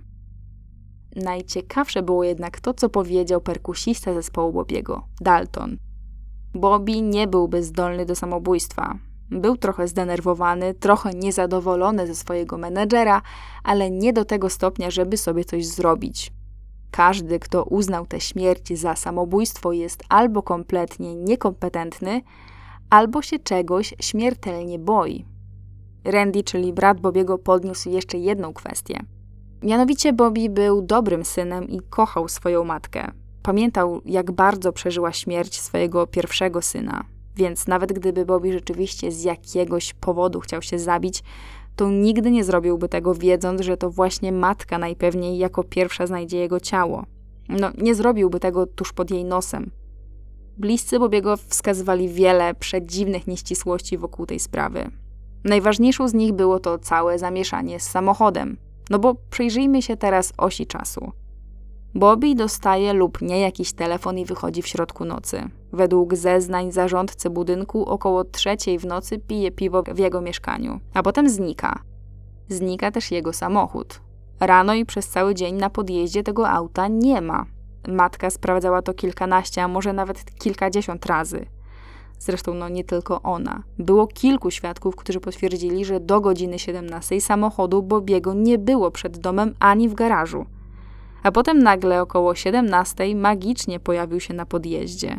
S1: Najciekawsze było jednak to, co powiedział perkusista zespołu Bobiego, Dalton. Bobby nie byłby zdolny do samobójstwa. Był trochę zdenerwowany, trochę niezadowolony ze swojego menedżera, ale nie do tego stopnia, żeby sobie coś zrobić. Każdy, kto uznał tę śmierć za samobójstwo, jest albo kompletnie niekompetentny, albo się czegoś śmiertelnie boi. Randy, czyli brat Bobiego, podniósł jeszcze jedną kwestię. Mianowicie Bobby był dobrym synem i kochał swoją matkę. Pamiętał, jak bardzo przeżyła śmierć swojego pierwszego syna. Więc nawet gdyby Bobby rzeczywiście z jakiegoś powodu chciał się zabić, to nigdy nie zrobiłby tego, wiedząc, że to właśnie matka najpewniej jako pierwsza znajdzie jego ciało. Nie zrobiłby tego tuż pod jej nosem. Bliscy Bobiego wskazywali wiele przedziwnych nieścisłości wokół tej sprawy. Najważniejszą z nich było to całe zamieszanie z samochodem. Bo przyjrzyjmy się teraz osi czasu. Bobby dostaje lub nie jakiś telefon i wychodzi w środku nocy. Według zeznań zarządcy budynku około 3:00 w nocy pije piwo w jego mieszkaniu, a potem znika. Znika też jego samochód. Rano i przez cały dzień na podjeździe tego auta nie ma. Matka sprawdzała to kilkanaście, a może nawet kilkadziesiąt razy. Zresztą nie tylko ona. Było kilku świadków, którzy potwierdzili, że do godziny 17:00 samochodu Bobiego nie było przed domem ani w garażu. A potem nagle około 17:00 magicznie pojawił się na podjeździe.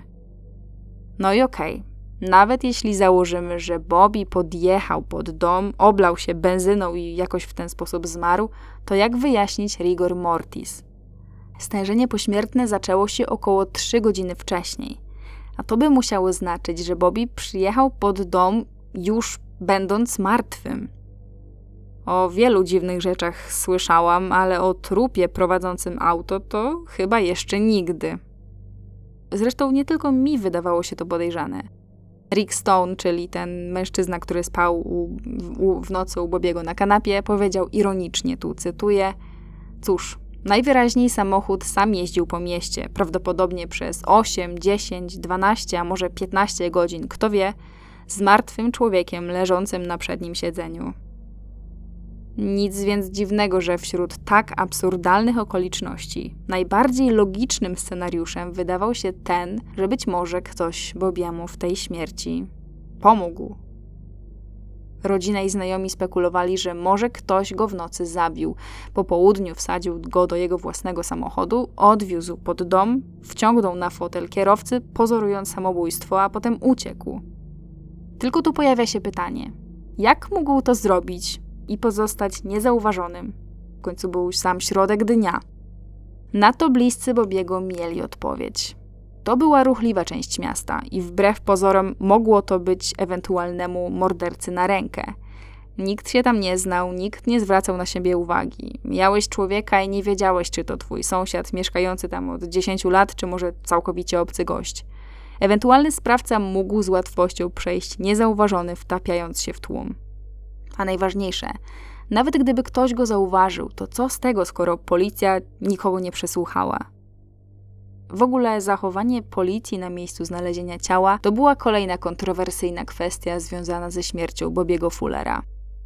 S1: I okej. Nawet jeśli założymy, że Bobby podjechał pod dom, oblał się benzyną i jakoś w ten sposób zmarł, to jak wyjaśnić rigor mortis? Stężenie pośmiertne zaczęło się około 3 godziny wcześniej. A to by musiało znaczyć, że Bobby przyjechał pod dom już będąc martwym. O wielu dziwnych rzeczach słyszałam, ale o trupie prowadzącym auto to chyba jeszcze nigdy. Zresztą nie tylko mi wydawało się to podejrzane. Rick Stone, czyli ten mężczyzna, który spał w nocy u Bobiego na kanapie, powiedział ironicznie, tu cytuję: cóż, najwyraźniej samochód sam jeździł po mieście, prawdopodobnie przez 8, 10, 12, a może 15 godzin, kto wie, z martwym człowiekiem leżącym na przednim siedzeniu. Nic więc dziwnego, że wśród tak absurdalnych okoliczności najbardziej logicznym scenariuszem wydawał się ten, że być może ktoś Bobiemu w tej śmierci pomógł. Rodzina i znajomi spekulowali, że może ktoś go w nocy zabił. Po południu wsadził go do jego własnego samochodu, odwiózł pod dom, wciągnął na fotel kierowcy, pozorując samobójstwo, a potem uciekł. Tylko tu pojawia się pytanie, jak mógł to zrobić i pozostać niezauważonym? W końcu był sam środek dnia. Na to bliscy Bobiego mieli odpowiedź. To była ruchliwa część miasta i wbrew pozorom mogło to być ewentualnemu mordercy na rękę. Nikt się tam nie znał, nikt nie zwracał na siebie uwagi. Mijałeś człowieka i nie wiedziałeś, czy to twój sąsiad mieszkający tam od 10 lat, czy może całkowicie obcy gość. Ewentualny sprawca mógł z łatwością przejść niezauważony, wtapiając się w tłum. A najważniejsze, nawet gdyby ktoś go zauważył, to co z tego, skoro policja nikogo nie przesłuchała? W ogóle zachowanie policji na miejscu znalezienia ciała to była kolejna kontrowersyjna kwestia związana ze śmiercią Bobiego Fullera.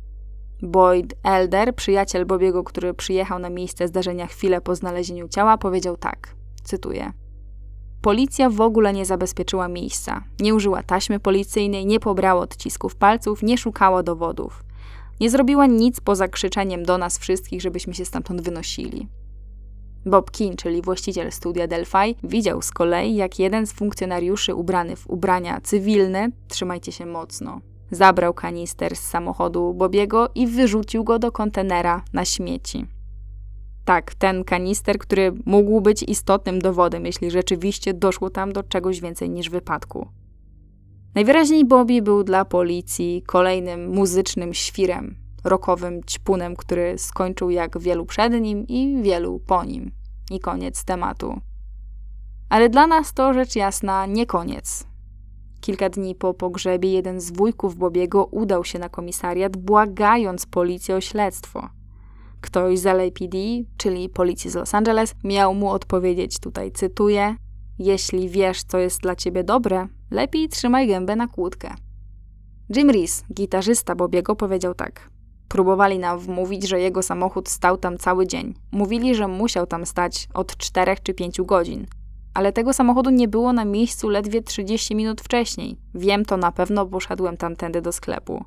S1: Boyd Elder, przyjaciel Bobiego, który przyjechał na miejsce zdarzenia chwilę po znalezieniu ciała, powiedział tak, cytuję: policja w ogóle nie zabezpieczyła miejsca, nie użyła taśmy policyjnej, nie pobrała odcisków palców, nie szukała dowodów. Nie zrobiła nic poza krzyczeniem do nas wszystkich, żebyśmy się stamtąd wynosili. Bob Keane, czyli właściciel studia Delphi, widział z kolei, jak jeden z funkcjonariuszy ubrany w ubrania cywilne, trzymajcie się mocno, zabrał kanister z samochodu Bobiego i wyrzucił go do kontenera na śmieci. Tak, ten kanister, który mógł być istotnym dowodem, jeśli rzeczywiście doszło tam do czegoś więcej niż wypadku. Najwyraźniej Bobby był dla policji kolejnym muzycznym świrem, rockowym ćpunem, który skończył jak wielu przed nim i wielu po nim. I koniec tematu. Ale dla nas to rzecz jasna nie koniec. Kilka dni po pogrzebie jeden z wujków Bobiego udał się na komisariat, błagając policję o śledztwo. Ktoś z LAPD, czyli policji z Los Angeles, miał mu odpowiedzieć, tutaj cytuję: jeśli wiesz, co jest dla ciebie dobre, lepiej trzymaj gębę na kłódkę. Jim Reese, gitarzysta Bobiego, powiedział tak: próbowali nam wmówić, że jego samochód stał tam cały dzień. Mówili, że musiał tam stać od 4 czy 5 godzin. Ale tego samochodu nie było na miejscu ledwie 30 minut wcześniej. Wiem to na pewno, bo szedłem tamtędy do sklepu.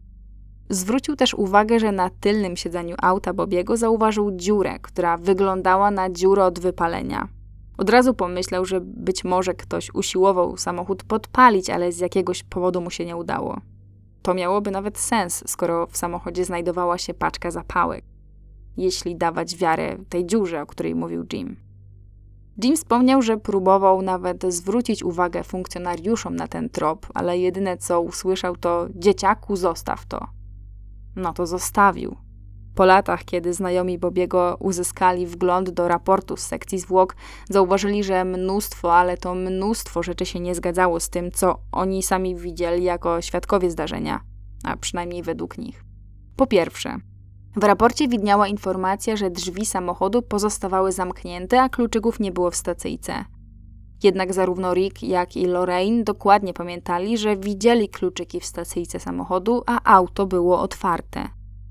S1: Zwrócił też uwagę, że na tylnym siedzeniu auta Bobiego zauważył dziurę, która wyglądała na dziurę od wypalenia. Od razu pomyślał, że być może ktoś usiłował samochód podpalić, ale z jakiegoś powodu mu się nie udało. To miałoby nawet sens, skoro w samochodzie znajdowała się paczka zapałek, jeśli dawać wiarę tej dziurze, o której mówił Jim. Jim wspomniał, że próbował nawet zwrócić uwagę funkcjonariuszom na ten trop, ale jedyne co usłyszał to: dzieciaku, zostaw to. No to zostawił. Po latach, kiedy znajomi Bobiego uzyskali wgląd do raportu z sekcji zwłok, zauważyli, że mnóstwo, ale to mnóstwo rzeczy się nie zgadzało z tym, co oni sami widzieli jako świadkowie zdarzenia, a przynajmniej według nich. Po pierwsze, w raporcie widniała informacja, że drzwi samochodu pozostawały zamknięte, a kluczyków nie było w stacyjce. Jednak zarówno Rick, jak i Lorraine dokładnie pamiętali, że widzieli kluczyki w stacyjce samochodu, a auto było otwarte.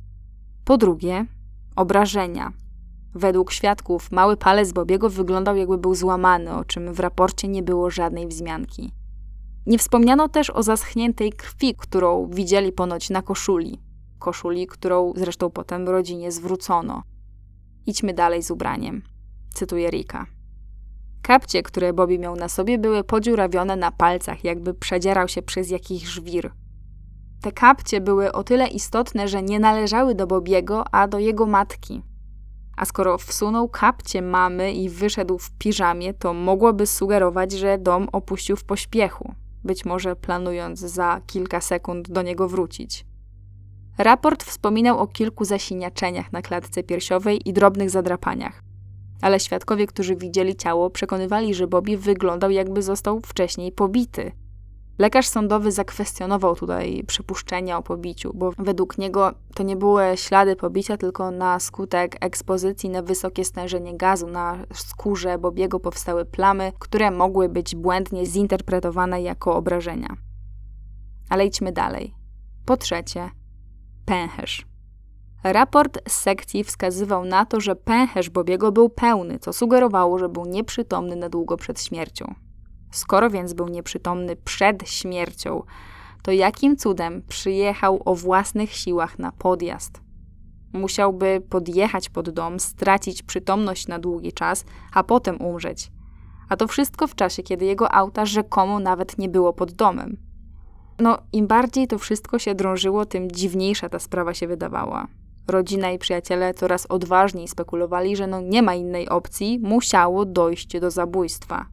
S1: Po drugie, obrażenia. Według świadków mały palec Bobiego wyglądał, jakby był złamany, o czym w raporcie nie było żadnej wzmianki. Nie wspomniano też o zaschniętej krwi, którą widzieli ponoć na koszuli. Koszuli, którą zresztą potem rodzinie zwrócono. Idźmy dalej z ubraniem. Cytuję Ricka. Kapcie, które Bobby miał na sobie, były podziurawione na palcach, jakby przedzierał się przez jakiś żwir. Te kapcie były o tyle istotne, że nie należały do Bobiego, a do jego matki. A skoro wsunął kapcie mamy i wyszedł w piżamie, to mogłoby sugerować, że dom opuścił w pośpiechu, być może planując za kilka sekund do niego wrócić. Raport wspominał o kilku zasiniaczeniach na klatce piersiowej i drobnych zadrapaniach. Ale świadkowie, którzy widzieli ciało, przekonywali, że Bobby wyglądał, jakby został wcześniej pobity. Lekarz sądowy zakwestionował tutaj przypuszczenia o pobiciu, bo według niego to nie były ślady pobicia, tylko na skutek ekspozycji na wysokie stężenie gazu na skórze Bobbiego powstały plamy, które mogły być błędnie zinterpretowane jako obrażenia. Ale idźmy dalej. Po trzecie, pęcherz. Raport z sekcji wskazywał na to, że pęcherz Bobbiego był pełny, co sugerowało, że był nieprzytomny na długo przed śmiercią. Skoro więc był nieprzytomny przed śmiercią, to jakim cudem przyjechał o własnych siłach na podjazd? Musiałby podjechać pod dom, stracić przytomność na długi czas, a potem umrzeć. A to wszystko w czasie, kiedy jego auta rzekomo nawet nie było pod domem. Im bardziej to wszystko się drążyło, tym dziwniejsza ta sprawa się wydawała. Rodzina i przyjaciele coraz odważniej spekulowali, że nie ma innej opcji, musiało dojść do zabójstwa.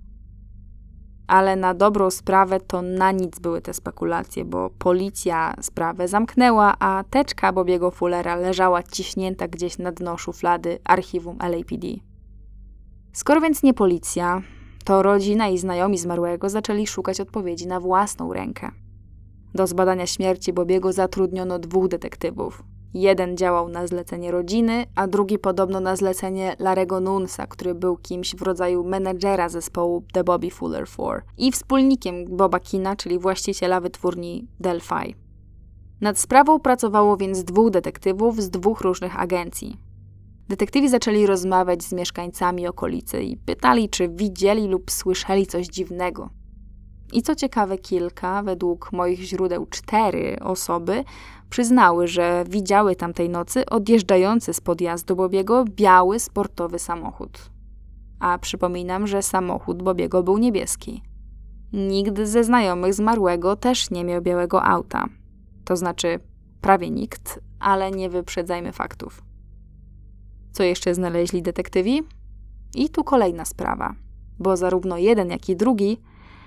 S1: Ale na dobrą sprawę to na nic były te spekulacje, bo policja sprawę zamknęła, a teczka Bobbiego Fullera leżała ciśnięta gdzieś na dno szuflady archiwum LAPD. Skoro więc nie policja, to rodzina i znajomi zmarłego zaczęli szukać odpowiedzi na własną rękę. Do zbadania śmierci Bobbiego zatrudniono 2 detektywów. Jeden działał na zlecenie rodziny, a drugi podobno na zlecenie Larego Nunsa, który był kimś w rodzaju menedżera zespołu The Bobby Fuller 4 i wspólnikiem Boba Keena, czyli właściciela wytwórni Delphi. Nad sprawą pracowało więc 2 detektywów z 2 różnych agencji. Detektywi zaczęli rozmawiać z mieszkańcami okolicy i pytali, czy widzieli lub słyszeli coś dziwnego. I co ciekawe, według moich źródeł 4 osoby, przyznały, że widziały tamtej nocy odjeżdżający z podjazdu Bobbiego biały sportowy samochód. A przypominam, że samochód Bobbiego był niebieski. Nikt ze znajomych zmarłego też nie miał białego auta. To znaczy prawie nikt, ale nie wyprzedzajmy faktów. Co jeszcze znaleźli detektywi? I tu kolejna sprawa, bo zarówno jeden, jak i drugi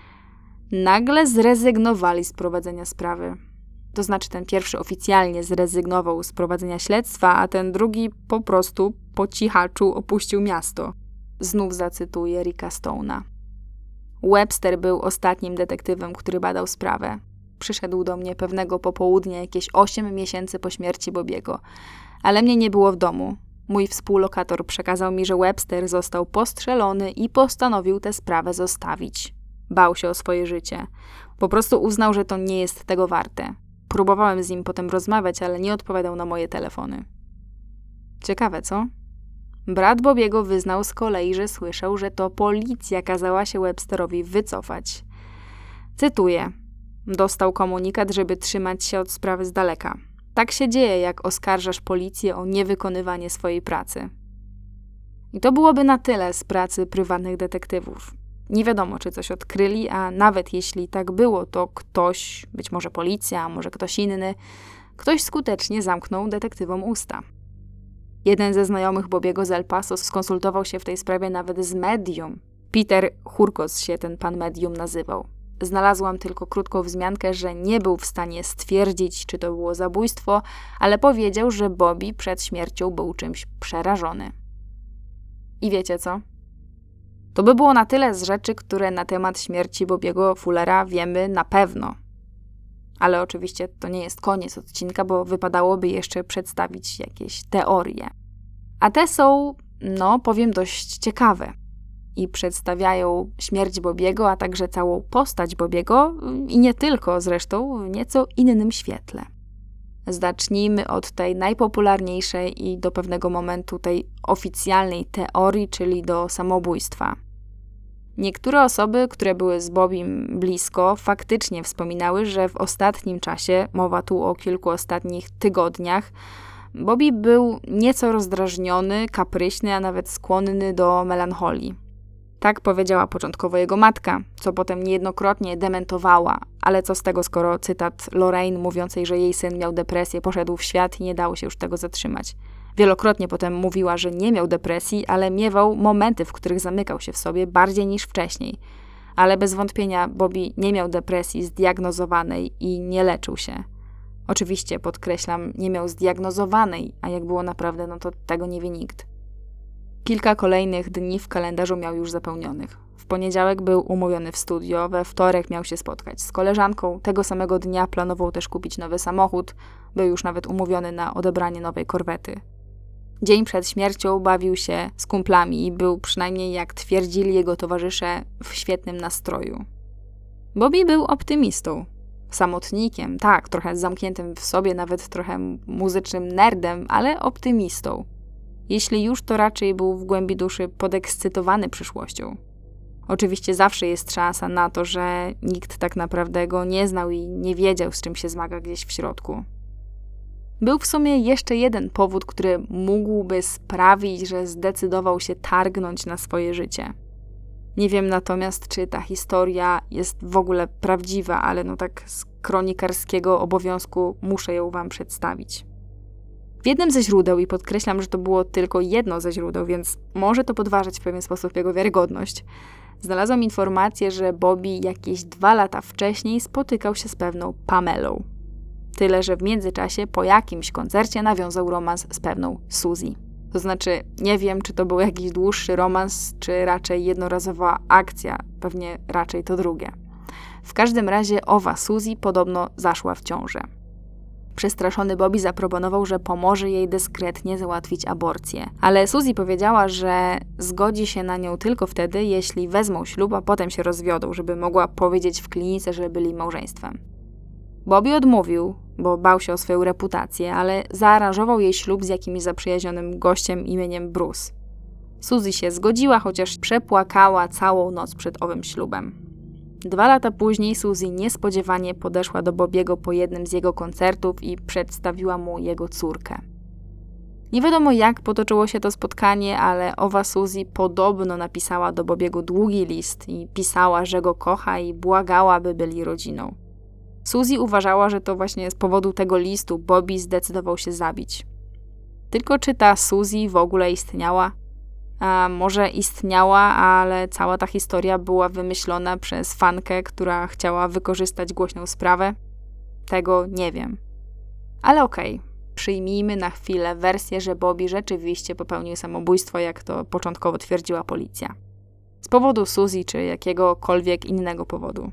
S1: nagle zrezygnowali z prowadzenia sprawy. To znaczy ten pierwszy oficjalnie zrezygnował z prowadzenia śledztwa, a ten drugi po prostu po cichaczu opuścił miasto. Znów zacytuję Ricka Stone'a. Webster był ostatnim detektywem, który badał sprawę. Przyszedł do mnie pewnego popołudnia jakieś 8 miesięcy po śmierci Bobbiego, ale mnie nie było w domu. Mój współlokator przekazał mi, że Webster został postrzelony i postanowił tę sprawę zostawić. Bał się o swoje życie. Po prostu uznał, że to nie jest tego warte. Próbowałem z nim potem rozmawiać, ale nie odpowiadał na moje telefony. Ciekawe, co? Brat Bobbiego wyznał z kolei, że słyszał, że to policja kazała się Websterowi wycofać. Cytuję. Dostał komunikat, żeby trzymać się od sprawy z daleka. Tak się dzieje, jak oskarżasz policję o niewykonywanie swojej pracy. I to byłoby na tyle z pracy prywatnych detektywów. Nie wiadomo, czy coś odkryli, a nawet jeśli tak było, to ktoś, być może policja, a może ktoś inny, ktoś skutecznie zamknął detektywom usta. Jeden ze znajomych Bobbiego z El Paso skonsultował się w tej sprawie nawet z medium. Peter Hurkos się ten pan medium nazywał. Znalazłam tylko krótką wzmiankę, że nie był w stanie stwierdzić, czy to było zabójstwo, ale powiedział, że Bobby przed śmiercią był czymś przerażony. I wiecie co? To by było na tyle z rzeczy, które na temat śmierci Bobbiego Fullera wiemy na pewno. Ale oczywiście to nie jest koniec odcinka, bo wypadałoby jeszcze przedstawić jakieś teorie. A te są, powiem, dość ciekawe. I przedstawiają śmierć Bobbiego, a także całą postać Bobbiego i nie tylko zresztą w nieco innym świetle. Zacznijmy od tej najpopularniejszej i do pewnego momentu tej oficjalnej teorii, czyli do samobójstwa. Niektóre osoby, które były z Bobbym blisko, faktycznie wspominały, że w ostatnim czasie, mowa tu o kilku ostatnich tygodniach, Bobby był nieco rozdrażniony, kapryśny, a nawet skłonny do melancholii. Tak powiedziała początkowo jego matka, co potem niejednokrotnie dementowała, ale co z tego, skoro cytat Lorraine mówiącej, że jej syn miał depresję, poszedł w świat i nie dało się już tego zatrzymać. Wielokrotnie potem mówiła, że nie miał depresji, ale miewał momenty, w których zamykał się w sobie bardziej niż wcześniej. Ale bez wątpienia Bobby nie miał depresji zdiagnozowanej i nie leczył się. Oczywiście, podkreślam, nie miał zdiagnozowanej, a jak było naprawdę, no to tego nie wie nikt. Kilka kolejnych dni w kalendarzu miał już zapełnionych. W poniedziałek był umówiony w studio, we wtorek miał się spotkać z koleżanką, tego samego dnia planował też kupić nowy samochód, był już nawet umówiony na odebranie nowej korwety. Dzień przed śmiercią bawił się z kumplami i był, przynajmniej jak twierdzili jego towarzysze, w świetnym nastroju. Bobby był optymistą, samotnikiem, tak, trochę zamkniętym w sobie, nawet trochę muzycznym nerdem, ale optymistą. Jeśli już, to raczej był w głębi duszy podekscytowany przyszłością. Oczywiście zawsze jest szansa na to, że nikt tak naprawdę go nie znał i nie wiedział, z czym się zmaga gdzieś w środku. Był w sumie jeszcze jeden powód, który mógłby sprawić, że zdecydował się targnąć na swoje życie. Nie wiem natomiast, czy ta historia jest w ogóle prawdziwa, ale no tak z kronikarskiego obowiązku muszę ją wam przedstawić. W jednym ze źródeł, i podkreślam, że to było tylko jedno ze źródeł, więc może to podważyć w pewien sposób jego wiarygodność, znalazłam informację, że Bobby jakieś 2 lata wcześniej spotykał się z pewną Pamelą. Tyle, że w międzyczasie po jakimś koncercie nawiązał romans z pewną Suzy. To znaczy, nie wiem, czy to był jakiś dłuższy romans, czy raczej jednorazowa akcja, pewnie raczej to drugie. W każdym razie owa Suzy podobno zaszła w ciążę. Przestraszony Bobby zaproponował, że pomoże jej dyskretnie załatwić aborcję. Ale Suzy powiedziała, że zgodzi się na nią tylko wtedy, jeśli wezmą ślub, a potem się rozwiodą, żeby mogła powiedzieć w klinice, że byli małżeństwem. Bobby odmówił, bo bał się o swoją reputację, ale zaaranżował jej ślub z jakimś zaprzyjaźnionym gościem imieniem Bruce. Suzy się zgodziła, chociaż przepłakała całą noc przed owym ślubem. 2 lata później Suzy niespodziewanie podeszła do Bobbiego po jednym z jego koncertów i przedstawiła mu jego córkę. Nie wiadomo, jak potoczyło się to spotkanie, ale owa Suzy podobno napisała do Bobbiego długi list i pisała, że go kocha i błagała, by byli rodziną. Suzy uważała, że to właśnie z powodu tego listu Bobby zdecydował się zabić. Tylko czy ta Suzy w ogóle istniała? A może istniała, ale cała ta historia była wymyślona przez fankę, która chciała wykorzystać głośną sprawę? Tego nie wiem. Ale okej, przyjmijmy na chwilę wersję, że Bobby rzeczywiście popełnił samobójstwo, jak to początkowo twierdziła policja. Z powodu Suzy czy jakiegokolwiek innego powodu.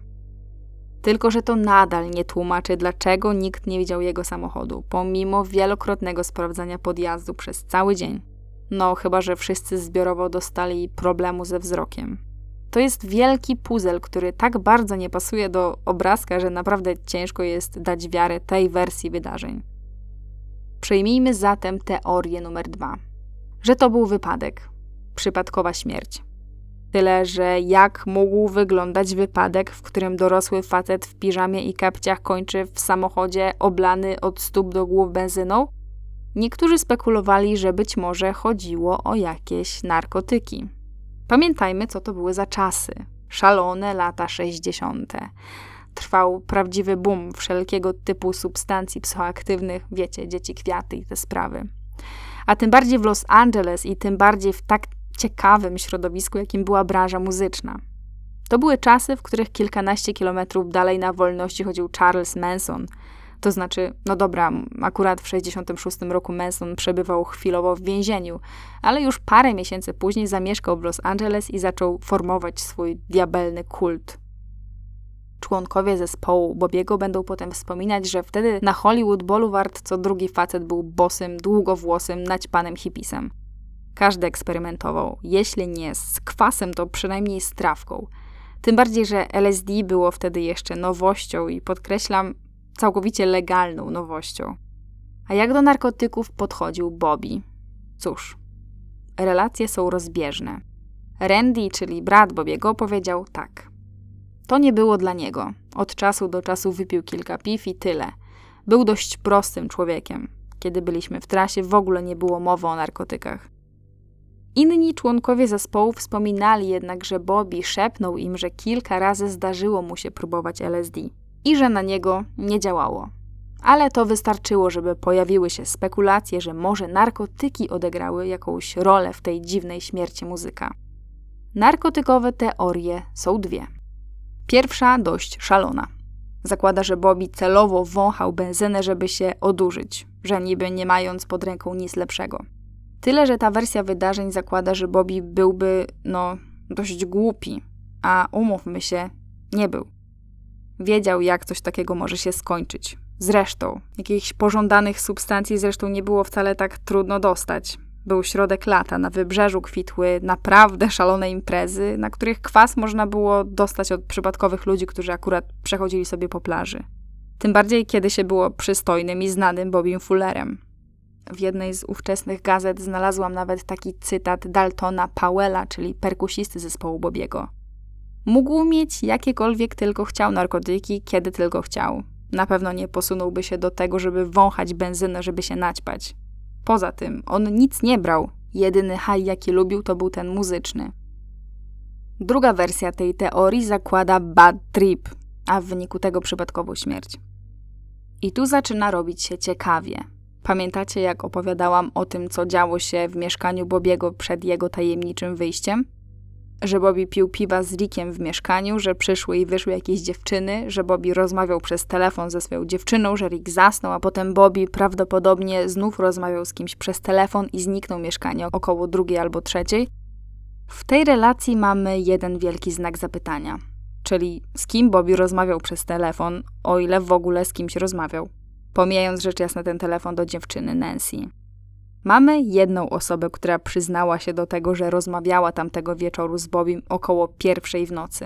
S1: Tylko że to nadal nie tłumaczy, dlaczego nikt nie widział jego samochodu, pomimo wielokrotnego sprawdzania podjazdu przez cały dzień. No, chyba że wszyscy zbiorowo dostali problemu ze wzrokiem. To jest wielki puzzle, który tak bardzo nie pasuje do obrazka, że naprawdę ciężko jest dać wiarę tej wersji wydarzeń. Przyjmijmy zatem teorię numer 2. Że to był wypadek. Przypadkowa śmierć. Tyle, że jak mógł wyglądać wypadek, w którym dorosły facet w piżamie i kapciach kończy w samochodzie oblany od stóp do głów benzyną? Niektórzy spekulowali, że być może chodziło o jakieś narkotyki. Pamiętajmy, co to były za czasy. Szalone lata 60. Trwał prawdziwy boom wszelkiego typu substancji psychoaktywnych, wiecie, dzieci kwiaty i te sprawy. A tym bardziej w Los Angeles i tym bardziej w tak ciekawym środowisku, jakim była branża muzyczna. To były czasy, w których kilkanaście kilometrów dalej na wolności chodził Charles Manson. To znaczy, no dobra, akurat w 1966 roku Manson przebywał chwilowo w więzieniu, ale już parę miesięcy później zamieszkał w Los Angeles i zaczął formować swój diabelny kult. Członkowie zespołu Bobbiego będą potem wspominać, że wtedy na Hollywood Boulevard co drugi facet był bosym, długowłosym, naćpanym hipisem. Każdy eksperymentował, jeśli nie z kwasem, to przynajmniej z trawką. Tym bardziej, że LSD było wtedy jeszcze nowością i podkreślam, całkowicie legalną nowością. A jak do narkotyków podchodził Bobby? Cóż, relacje są rozbieżne. Randy, czyli brat Bobbiego, powiedział tak. To nie było dla niego. Od czasu do czasu wypił kilka piw i tyle. Był dość prostym człowiekiem. Kiedy byliśmy w trasie, w ogóle nie było mowy o narkotykach. Inni członkowie zespołu wspominali jednak, że Bobby szepnął im, że kilka razy zdarzyło mu się próbować LSD i że na niego nie działało. Ale to wystarczyło, żeby pojawiły się spekulacje, że może narkotyki odegrały jakąś rolę w tej dziwnej śmierci muzyka. Narkotykowe teorie są dwie. Pierwsza dość szalona. Zakłada, że Bobby celowo wąchał benzynę, żeby się odurzyć, że niby nie mając pod ręką nic lepszego. Tyle, że ta wersja wydarzeń zakłada, że Bobby byłby, dość głupi, a umówmy się, nie był. Wiedział, jak coś takiego może się skończyć. Zresztą, jakichś pożądanych substancji nie było wcale tak trudno dostać. Był środek lata, na wybrzeżu kwitły naprawdę szalone imprezy, na których kwas można było dostać od przypadkowych ludzi, którzy akurat przechodzili sobie po plaży. Tym bardziej, kiedy się było przystojnym i znanym Bobbym Fullerem. W jednej z ówczesnych gazet znalazłam nawet taki cytat Daltona Powella, czyli perkusisty zespołu Bobbiego. Mógł mieć jakiekolwiek tylko chciał narkotyki, kiedy tylko chciał. Na pewno nie posunąłby się do tego, żeby wąchać benzynę, żeby się naćpać. Poza tym, on nic nie brał. Jedyny haj, jaki lubił, to był ten muzyczny. Druga wersja tej teorii zakłada bad trip, a w wyniku tego przypadkową śmierć. I tu zaczyna robić się ciekawie. Pamiętacie, jak opowiadałam o tym, co działo się w mieszkaniu Bobbiego przed jego tajemniczym wyjściem? Że Bobby pił piwa z Rickiem w mieszkaniu, że przyszły i wyszły jakieś dziewczyny, że Bobby rozmawiał przez telefon ze swoją dziewczyną, że Rick zasnął, a potem Bobby prawdopodobnie znów rozmawiał z kimś przez telefon i zniknął mieszkanie około 2 albo 3. W tej relacji mamy jeden wielki znak zapytania, czyli z kim Bobby rozmawiał przez telefon, o ile w ogóle z kimś rozmawiał, pomijając rzecz jasna ten telefon do dziewczyny Nancy. Mamy jedną osobę, która przyznała się do tego, że rozmawiała tamtego wieczoru z Bobbym około 1 w nocy.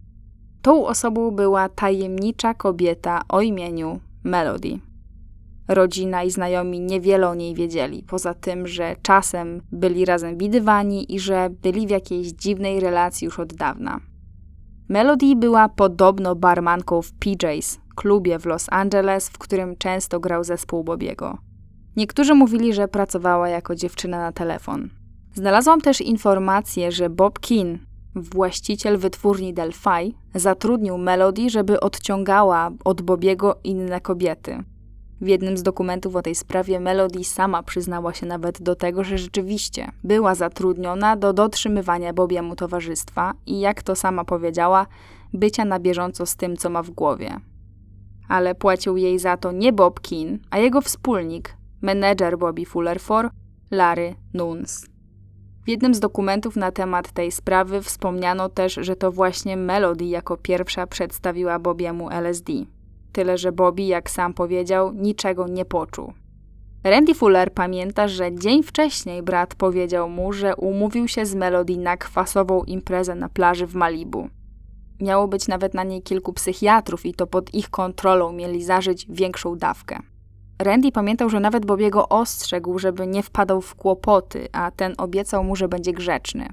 S1: Tą osobą była tajemnicza kobieta o imieniu Melody. Rodzina i znajomi niewiele o niej wiedzieli, poza tym, że czasem byli razem widywani i że byli w jakiejś dziwnej relacji już od dawna. Melody była podobno barmanką w PJ's, klubie w Los Angeles, w którym często grał zespół Bobbiego. Niektórzy mówili, że pracowała jako dziewczyna na telefon. Znalazłam też informację, że Bob Keane, właściciel wytwórni Delphi, zatrudnił Melody, żeby odciągała od Bobbiego inne kobiety. W jednym z dokumentów o tej sprawie Melody sama przyznała się nawet do tego, że rzeczywiście była zatrudniona do dotrzymywania Bobbiemu towarzystwa i, jak to sama powiedziała, bycia na bieżąco z tym, co ma w głowie. Ale płacił jej za to nie Bob Keane, a jego wspólnik, menedżer Bobby Fuller 4, Larry Nunes. W jednym z dokumentów na temat tej sprawy wspomniano też, że to właśnie Melody jako pierwsza przedstawiła Bobbiemu LSD. Tyle, że Bobby, jak sam powiedział, niczego nie poczuł. Randy Fuller pamięta, że dzień wcześniej brat powiedział mu, że umówił się z Melody na kwasową imprezę na plaży w Malibu. Miało być nawet na niej kilku psychiatrów i to pod ich kontrolą mieli zażyć większą dawkę. Randy pamiętał, że nawet Bobbiego ostrzegł, żeby nie wpadał w kłopoty, a ten obiecał mu, że będzie grzeczny.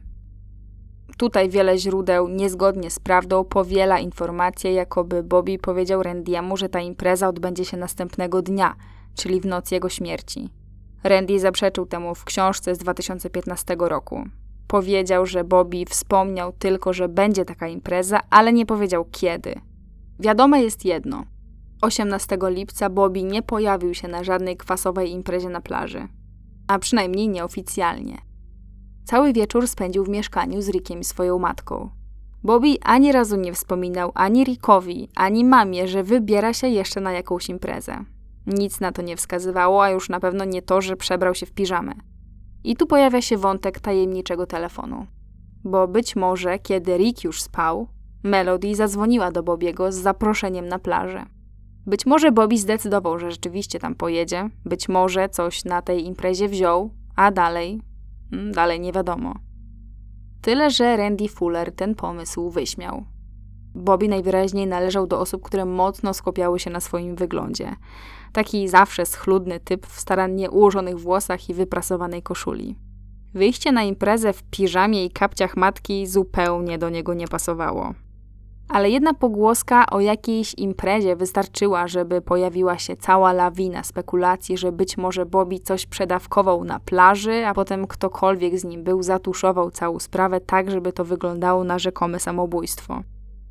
S1: Tutaj wiele źródeł niezgodnie z prawdą powiela informacje, jakoby Bobby powiedział Randy'emu, że ta impreza odbędzie się następnego dnia, czyli w noc jego śmierci. Randy zaprzeczył temu w książce z 2015 roku. Powiedział, że Bobby wspomniał tylko, że będzie taka impreza, ale nie powiedział kiedy. Wiadome jest jedno. 18 lipca Bobby nie pojawił się na żadnej kwasowej imprezie na plaży. A przynajmniej nieoficjalnie. Cały wieczór spędził w mieszkaniu z Rickiem i swoją matką. Bobby ani razu nie wspominał ani Rickowi, ani mamie, że wybiera się jeszcze na jakąś imprezę. Nic na to nie wskazywało, a już na pewno nie to, że przebrał się w piżamę. I tu pojawia się wątek tajemniczego telefonu. Bo być może, kiedy Rick już spał, Melody zadzwoniła do Bobbiego z zaproszeniem na plażę. Być może Bobby zdecydował, że rzeczywiście tam pojedzie, być może coś na tej imprezie wziął, a dalej nie wiadomo. Tyle, że Randy Fuller ten pomysł wyśmiał. Bobby najwyraźniej należał do osób, które mocno skupiały się na swoim wyglądzie. Taki zawsze schludny typ w starannie ułożonych włosach i wyprasowanej koszuli. Wyjście na imprezę w piżamie i kapciach matki zupełnie do niego nie pasowało. Ale jedna pogłoska o jakiejś imprezie wystarczyła, żeby pojawiła się cała lawina spekulacji, że być może Bobby coś przedawkował na plaży, a potem ktokolwiek z nim był zatuszował całą sprawę tak, żeby to wyglądało na rzekome samobójstwo.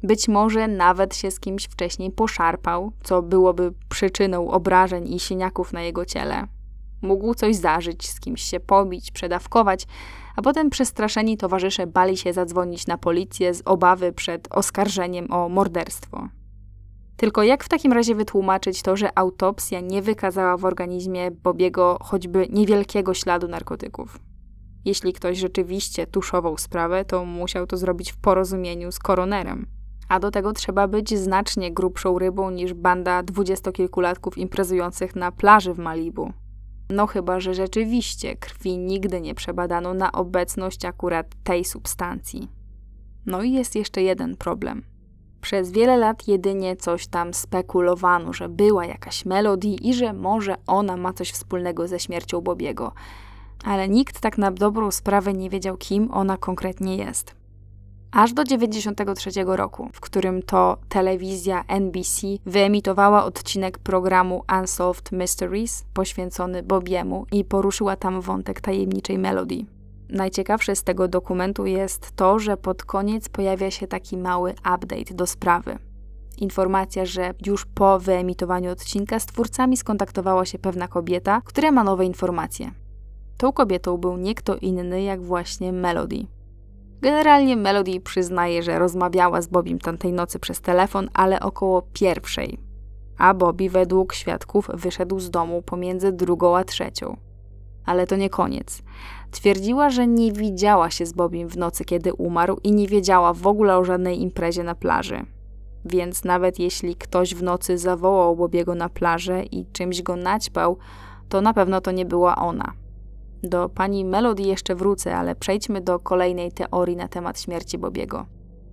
S1: Być może nawet się z kimś wcześniej poszarpał, co byłoby przyczyną obrażeń i siniaków na jego ciele. Mógł coś zażyć, z kimś się pobić, przedawkować, a potem przestraszeni towarzysze bali się zadzwonić na policję z obawy przed oskarżeniem o morderstwo. Tylko jak w takim razie wytłumaczyć to, że autopsja nie wykazała w organizmie Bobiego choćby niewielkiego śladu narkotyków? Jeśli ktoś rzeczywiście tuszował sprawę, to musiał to zrobić w porozumieniu z koronerem. A do tego trzeba być znacznie grubszą rybą niż banda dwudziestokilkulatków imprezujących na plaży w Malibu. No chyba, że rzeczywiście krwi nigdy nie przebadano na obecność akurat tej substancji. No i jest jeszcze jeden problem. Przez wiele lat jedynie coś tam spekulowano, że była jakaś Melody i że może ona ma coś wspólnego ze śmiercią Bobiego. Ale nikt tak na dobrą sprawę nie wiedział, kim ona konkretnie jest. Aż do 1993 roku, w którym to telewizja NBC wyemitowała odcinek programu Unsolved Mysteries poświęcony Bobiemu i poruszyła tam wątek tajemniczej Melody. Najciekawsze z tego dokumentu jest to, że pod koniec pojawia się taki mały update do sprawy. Informacja, że już po wyemitowaniu odcinka z twórcami skontaktowała się pewna kobieta, która ma nowe informacje. Tą kobietą był nie kto inny jak właśnie Melody. Generalnie Melody przyznaje, że rozmawiała z Bobim tamtej nocy przez telefon, ale około 1:00, a Bobby według świadków wyszedł z domu pomiędzy 2 a 3. Ale to nie koniec. Twierdziła, że nie widziała się z Bobim w nocy, kiedy umarł i nie wiedziała w ogóle o żadnej imprezie na plaży. Więc nawet jeśli ktoś w nocy zawołał Bobiego na plażę i czymś go naćpał, to na pewno to nie była ona. Do pani Melody jeszcze wrócę, ale przejdźmy do kolejnej teorii na temat śmierci Bobiego.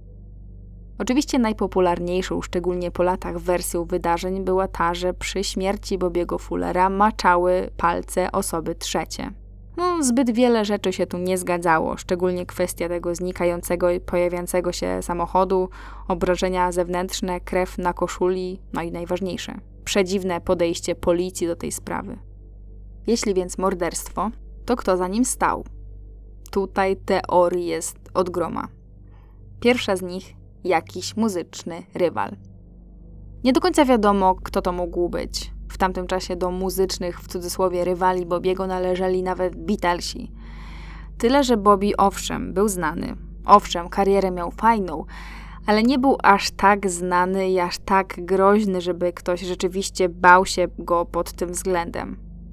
S1: Oczywiście najpopularniejszą, szczególnie po latach, wersją wydarzeń była ta, że przy śmierci Bobiego Fullera maczały palce osoby trzecie. Zbyt wiele rzeczy się tu nie zgadzało, szczególnie kwestia tego znikającego i pojawiającego się samochodu, obrażenia zewnętrzne, krew na koszuli, no i najważniejsze, przedziwne podejście policji do tej sprawy. Jeśli więc morderstwo, to kto za nim stał? Tutaj teorii jest od groma. Pierwsza z nich – jakiś muzyczny rywal. Nie do końca wiadomo, kto to mógł być. W tamtym czasie do muzycznych, w cudzysłowie, rywali Bobiego należeli nawet Beatlesi. Tyle, że Bobby owszem, był znany. Owszem, karierę miał fajną, ale nie był aż tak znany i aż tak groźny, żeby ktoś rzeczywiście bał się go pod tym względem.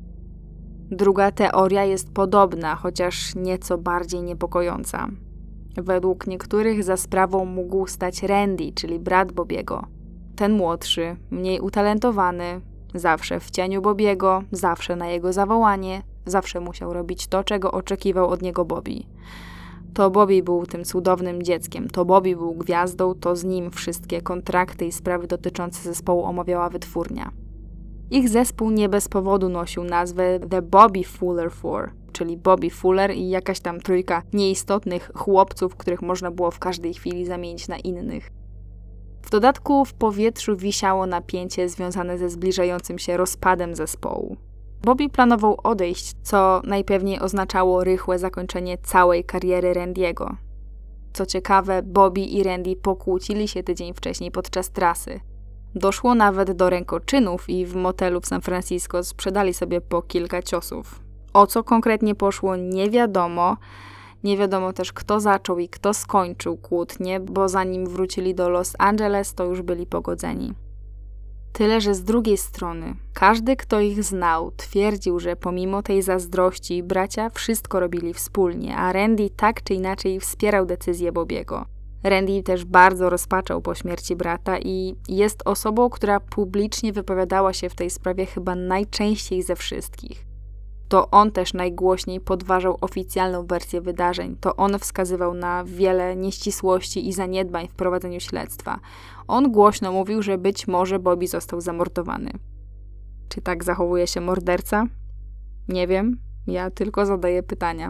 S1: Druga teoria jest podobna, chociaż nieco bardziej niepokojąca. Według niektórych za sprawą mógł stać Randy, czyli brat Bobiego. Ten młodszy, mniej utalentowany, zawsze w cieniu Bobiego, zawsze na jego zawołanie, zawsze musiał robić to, czego oczekiwał od niego Bobby. To Bobby był tym cudownym dzieckiem, to Bobby był gwiazdą, to z nim wszystkie kontrakty i sprawy dotyczące zespołu omawiała wytwórnia. Ich zespół nie bez powodu nosił nazwę The Bobby Fuller Four, czyli Bobby Fuller i jakaś tam trójka nieistotnych chłopców, których można było w każdej chwili zamienić na innych. W dodatku w powietrzu wisiało napięcie związane ze zbliżającym się rozpadem zespołu. Bobby planował odejść, co najpewniej oznaczało rychłe zakończenie całej kariery Randy'ego. Co ciekawe, Bobby i Randy pokłócili się tydzień wcześniej podczas trasy. Doszło nawet do rękoczynów i w motelu w San Francisco sprzedali sobie po kilka ciosów. O co konkretnie poszło, nie wiadomo. Nie wiadomo też, kto zaczął i kto skończył kłótnię, bo zanim wrócili do Los Angeles, to już byli pogodzeni. Tyle, że z drugiej strony, każdy, kto ich znał, twierdził, że pomimo tej zazdrości bracia wszystko robili wspólnie, a Randy tak czy inaczej wspierał decyzję Bobiego. Randy też bardzo rozpaczał po śmierci brata i jest osobą, która publicznie wypowiadała się w tej sprawie chyba najczęściej ze wszystkich. To on też najgłośniej podważał oficjalną wersję wydarzeń. To on wskazywał na wiele nieścisłości i zaniedbań w prowadzeniu śledztwa. On głośno mówił, że być może Bobby został zamordowany. Czy tak zachowuje się morderca? Nie wiem, ja tylko zadaję pytania.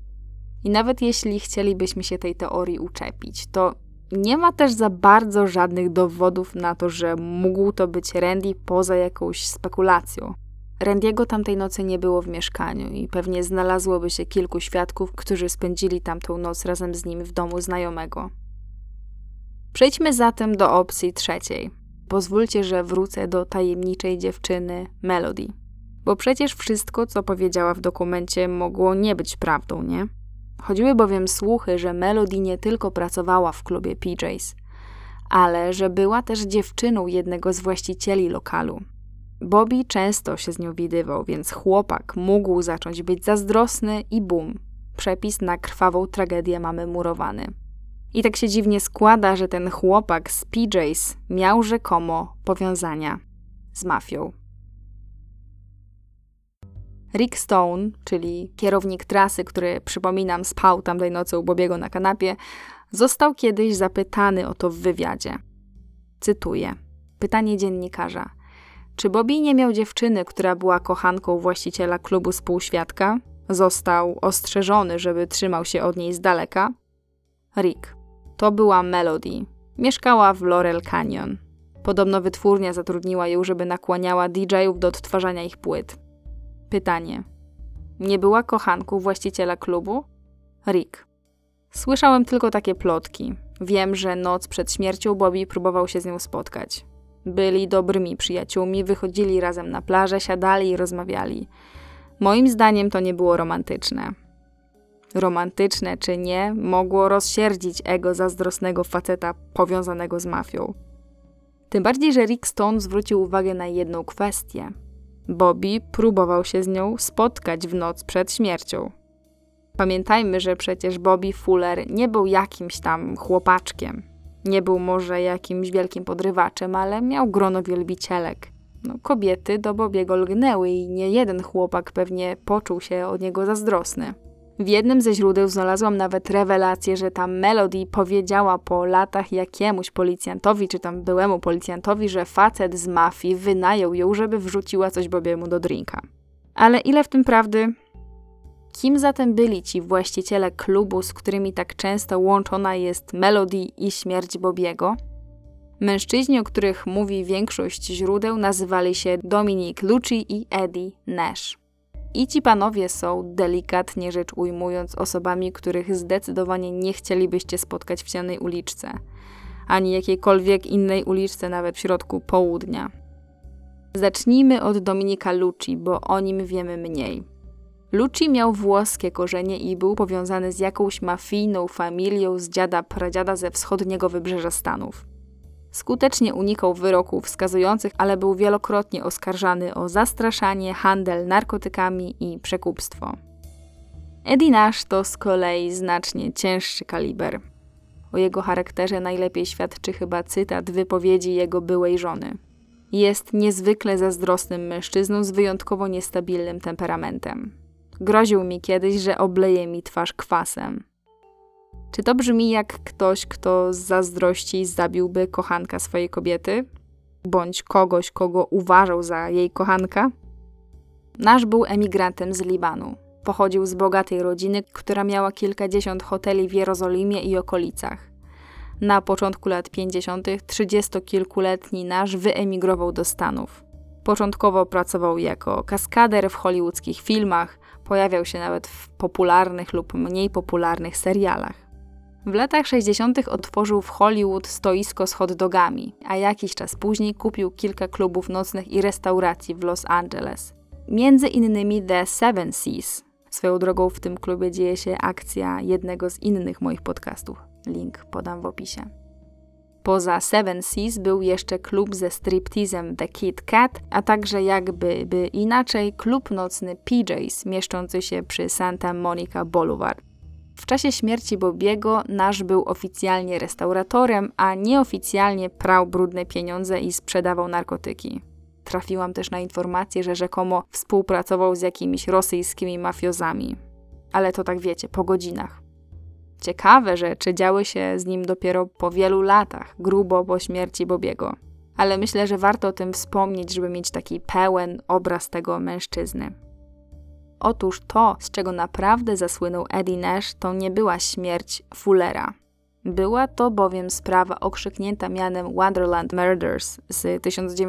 S1: I nawet jeśli chcielibyśmy się tej teorii uczepić, to nie ma też za bardzo żadnych dowodów na to, że mógł to być Randy poza jakąś spekulacją. Randy'ego tamtej nocy nie było w mieszkaniu i pewnie znalazłoby się kilku świadków, którzy spędzili tamtą noc razem z nim w domu znajomego. Przejdźmy zatem do opcji trzeciej. Pozwólcie, że wrócę do tajemniczej dziewczyny Melody. Bo przecież wszystko, co powiedziała w dokumencie, mogło nie być prawdą, nie? Chodziły bowiem słuchy, że Melody nie tylko pracowała w klubie PJ's, ale że była też dziewczyną jednego z właścicieli lokalu. Bobby często się z nią widywał, więc chłopak mógł zacząć być zazdrosny i bum. Przepis na krwawą tragedię mamy murowany. I tak się dziwnie składa, że ten chłopak z PJ's miał rzekomo powiązania z mafią. Rick Stone, czyli kierownik trasy, który, przypominam, spał tamtej nocy u Bobiego na kanapie, został kiedyś zapytany o to w wywiadzie. Cytuję. Pytanie dziennikarza. Czy Bobby nie miał dziewczyny, która była kochanką właściciela klubu Spółświadka? Został ostrzeżony, żeby trzymał się od niej z daleka? Rick. To była Melody. Mieszkała w Laurel Canyon. Podobno wytwórnia zatrudniła ją, żeby nakłaniała DJ-ów do odtwarzania ich płyt. Pytanie. Nie była kochanką właściciela klubu? Rick. Słyszałem tylko takie plotki. Wiem, że noc przed śmiercią Bobby próbował się z nią spotkać. Byli dobrymi przyjaciółmi, wychodzili razem na plażę, siadali i rozmawiali. Moim zdaniem to nie było romantyczne. Romantyczne czy nie, mogło rozsierdzić ego zazdrosnego faceta powiązanego z mafią. Tym bardziej, że Rick Stone zwrócił uwagę na jedną kwestię. Bobby próbował się z nią spotkać w noc przed śmiercią. Pamiętajmy, że przecież Bobby Fuller nie był jakimś tam chłopaczkiem. Nie był może jakimś wielkim podrywaczem, ale miał grono wielbicielek. Kobiety do Bobiego lgnęły i nie jeden chłopak pewnie poczuł się od niego zazdrosny. W jednym ze źródeł znalazłam nawet rewelację, że ta Melody powiedziała po latach jakiemuś policjantowi, czy tam byłemu policjantowi, że facet z mafii wynajął ją, żeby wrzuciła coś Bobiemu do drinka. Ale ile w tym prawdy? Kim zatem byli ci właściciele klubu, z którymi tak często łączona jest Melody i śmierć Bobiego? Mężczyźni, o których mówi większość źródeł, nazywali się Dominic Lucci i Eddie Nash. I ci panowie są, delikatnie rzecz ujmując, osobami, których zdecydowanie nie chcielibyście spotkać w ciemnej uliczce, ani jakiejkolwiek innej uliczce, nawet w środku południa. Zacznijmy od Dominika Lucci, bo o nim wiemy mniej. Lucci miał włoskie korzenie i był powiązany z jakąś mafijną familią z dziada pradziada ze wschodniego wybrzeża Stanów. Skutecznie unikał wyroków skazujących, ale był wielokrotnie oskarżany o zastraszanie, handel narkotykami i przekupstwo. Eddie Nash to z kolei znacznie cięższy kaliber. O jego charakterze najlepiej świadczy chyba cytat wypowiedzi jego byłej żony. Jest niezwykle zazdrosnym mężczyzną z wyjątkowo niestabilnym temperamentem. Groził mi kiedyś, że obleje mi twarz kwasem. Czy to brzmi jak ktoś, kto z zazdrości zabiłby kochanka swojej kobiety? Bądź kogoś, kogo uważał za jej kochanka? Nasz był emigrantem z Libanu. Pochodził z bogatej rodziny, która miała kilkadziesiąt hoteli w Jerozolimie i okolicach. Na początku lat 50. 30-kilkuletni Nasz wyemigrował do Stanów. Początkowo pracował jako kaskader w hollywoodzkich filmach, pojawiał się nawet w popularnych lub mniej popularnych serialach. W latach 60. otworzył w Hollywood stoisko z hot dogami, a jakiś czas później kupił kilka klubów nocnych i restauracji w Los Angeles. Między innymi The Seven Seas. Swoją drogą w tym klubie dzieje się akcja jednego z innych moich podcastów. Link podam w opisie. Poza Seven Seas był jeszcze klub ze striptizem The Kit Kat, a także jakby inaczej klub nocny PJ's mieszczący się przy Santa Monica Boulevard. W czasie śmierci Bobiego Nash był oficjalnie restauratorem, a nieoficjalnie prał brudne pieniądze i sprzedawał narkotyki. Trafiłam też na informację, że rzekomo współpracował z jakimiś rosyjskimi mafiozami. Ale to tak wiecie, po godzinach. Ciekawe rzeczy działy się z nim dopiero po wielu latach, grubo po śmierci Bobiego. Ale myślę, że warto o tym wspomnieć, żeby mieć taki pełen obraz tego mężczyzny. Otóż to, z czego naprawdę zasłynął Eddie Nash, to nie była śmierć Fullera. Była to bowiem sprawa okrzyknięta mianem Wonderland Murders z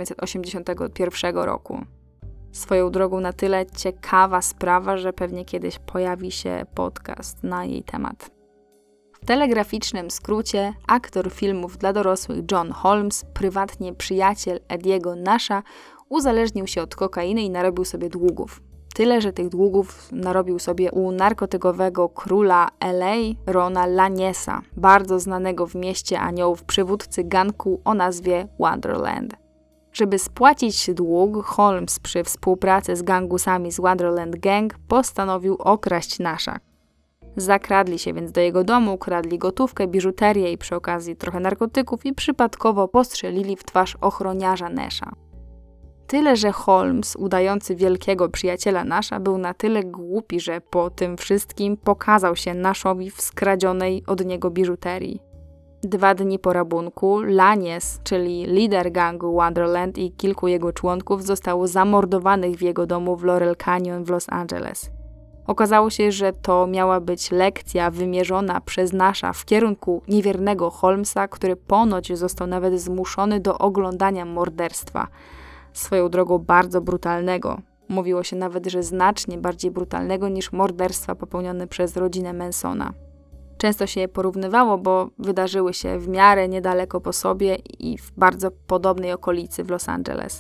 S1: 1981 roku. Swoją drogą na tyle ciekawa sprawa, że pewnie kiedyś pojawi się podcast na jej temat. telegraficznym skrócie aktor filmów dla dorosłych John Holmes, prywatnie przyjaciel Ediego Nasha, uzależnił się od kokainy i narobił sobie długów. Tyle, że tych długów narobił sobie u narkotykowego króla LA, Rona Laniesa, bardzo znanego w mieście aniołów przywódcy gangu o nazwie Wonderland. Żeby spłacić dług, Holmes przy współpracy z gangusami z Wonderland Gang postanowił okraść Nasha. Zakradli się więc do jego domu, ukradli gotówkę, biżuterię i przy okazji trochę narkotyków i przypadkowo postrzelili w twarz ochroniarza Nasha. Tyle, że Holmes, udający wielkiego przyjaciela Nasha, był na tyle głupi, że po tym wszystkim pokazał się Nashowi w skradzionej od niego biżuterii. 2 dni po rabunku Lanies, czyli lider gangu Wonderland i kilku jego członków zostało zamordowanych w jego domu w Laurel Canyon w Los Angeles. Okazało się, że to miała być lekcja wymierzona przez Nasha w kierunku niewiernego Holmesa, który ponoć został nawet zmuszony do oglądania morderstwa. Swoją drogą bardzo brutalnego. Mówiło się nawet, że znacznie bardziej brutalnego niż morderstwa popełnione przez rodzinę Mansona. Często się je porównywało, bo wydarzyły się w miarę niedaleko po sobie i w bardzo podobnej okolicy w Los Angeles.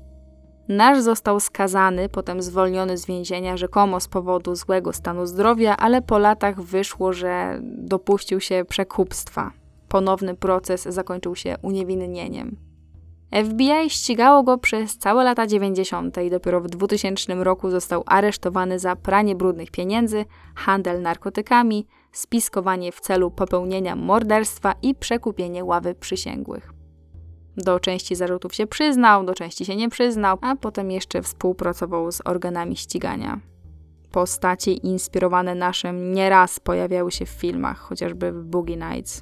S1: Nash został skazany, potem zwolniony z więzienia rzekomo z powodu złego stanu zdrowia, ale po latach wyszło, że dopuścił się przekupstwa. Ponowny proces zakończył się uniewinnieniem. FBI ścigało go przez całe lata 90. i dopiero w 2000 roku został aresztowany za pranie brudnych pieniędzy, handel narkotykami, spiskowanie w celu popełnienia morderstwa i przekupienie ławy przysięgłych. Do części zarzutów się przyznał, do części się nie przyznał, a potem jeszcze współpracował z organami ścigania. Postaci inspirowane Nashem nieraz pojawiały się w filmach, chociażby w Boogie Nights.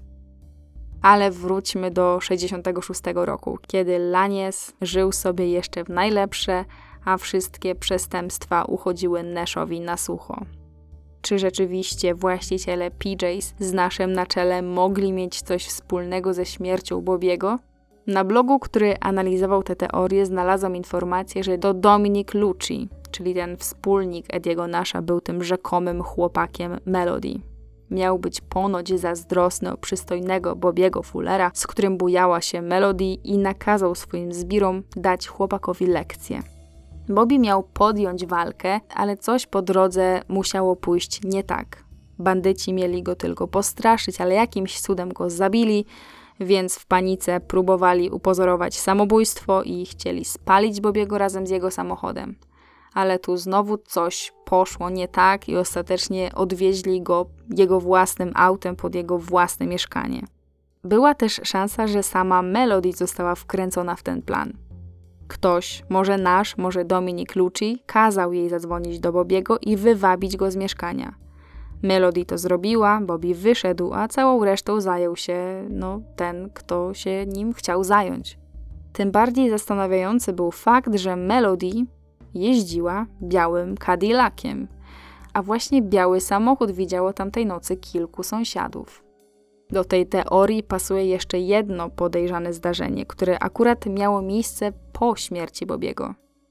S1: Ale wróćmy do 1966 roku, kiedy Lanies żył sobie jeszcze w najlepsze, a wszystkie przestępstwa uchodziły Nashowi na sucho. Czy rzeczywiście właściciele PJs z Nashem na czele mogli mieć coś wspólnego ze śmiercią Bobiego? Na blogu, który analizował te teorie, znalazłam informację, że to Dominic Lucci, czyli ten wspólnik Ediego Nasha, był tym rzekomym chłopakiem Melody. Miał być ponoć zazdrosny o przystojnego Bobiego Fullera, z którym bujała się Melody i nakazał swoim zbirom dać chłopakowi lekcję. Bobby miał podjąć walkę, ale coś po drodze musiało pójść nie tak. Bandyci mieli go tylko postraszyć, ale jakimś cudem go zabili, więc w panice próbowali upozorować samobójstwo i chcieli spalić Bobiego razem z jego samochodem. Ale tu znowu coś poszło nie tak i ostatecznie odwieźli go jego własnym autem pod jego własne mieszkanie. Była też szansa, że sama Melody została wkręcona w ten plan. Ktoś, może Nash, może Dominic Lucci, kazał jej zadzwonić do Bobiego i wywabić go z mieszkania. Melody to zrobiła, Bobby wyszedł, a całą resztą zajął się, ten, kto się nim chciał zająć. Tym bardziej zastanawiający był fakt, że Melody jeździła białym Cadillaciem, a właśnie biały samochód widziało tamtej nocy kilku sąsiadów. Do tej teorii pasuje jeszcze jedno podejrzane zdarzenie, które akurat miało miejsce po śmierci Bobiego.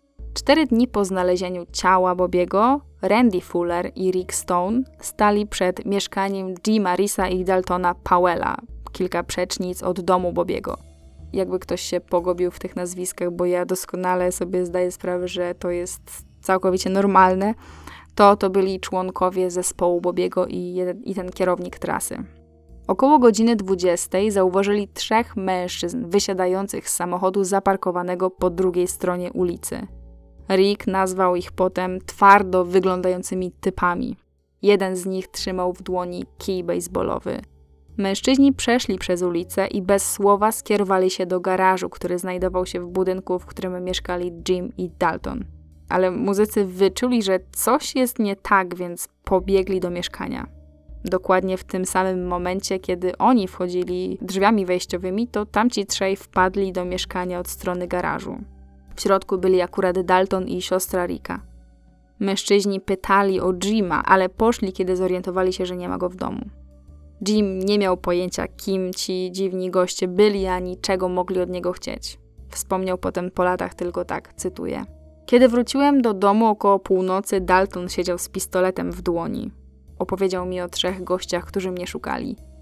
S1: 4 dni po znalezieniu ciała Bobiego, Randy Fuller i Rick Stone stali przed mieszkaniem Jima Reesa i Daltona Powella, kilka przecznic od domu Bobiego. Jakby ktoś się pogubił w tych nazwiskach, bo ja doskonale sobie zdaję sprawę, że to jest całkowicie normalne, to byli członkowie zespołu Bobiego i ten kierownik trasy. Około godziny 20 zauważyli 3 mężczyzn wysiadających z samochodu zaparkowanego po drugiej stronie ulicy. Rick nazwał ich potem twardo wyglądającymi typami. Jeden z nich trzymał w dłoni kij bejsbolowy. Mężczyźni przeszli przez ulicę i bez słowa skierowali się do garażu, który znajdował się w budynku, w którym mieszkali Jim i Dalton. Ale muzycy wyczuli, że coś jest nie tak, więc pobiegli do mieszkania. Dokładnie w tym samym momencie, kiedy oni wchodzili drzwiami wejściowymi, to tamci 3 wpadli do mieszkania od strony garażu. W środku byli akurat Dalton i siostra Ricka. Mężczyźni pytali o Jima, ale poszli, kiedy zorientowali się, że nie ma go w domu. Jim nie miał pojęcia, kim ci dziwni goście byli, ani czego mogli od niego chcieć. Wspomniał potem po latach tylko tak, cytuję. Kiedy wróciłem do domu około północy, Dalton siedział z pistoletem w dłoni. Opowiedział mi o 3 gościach, którzy mnie szukali.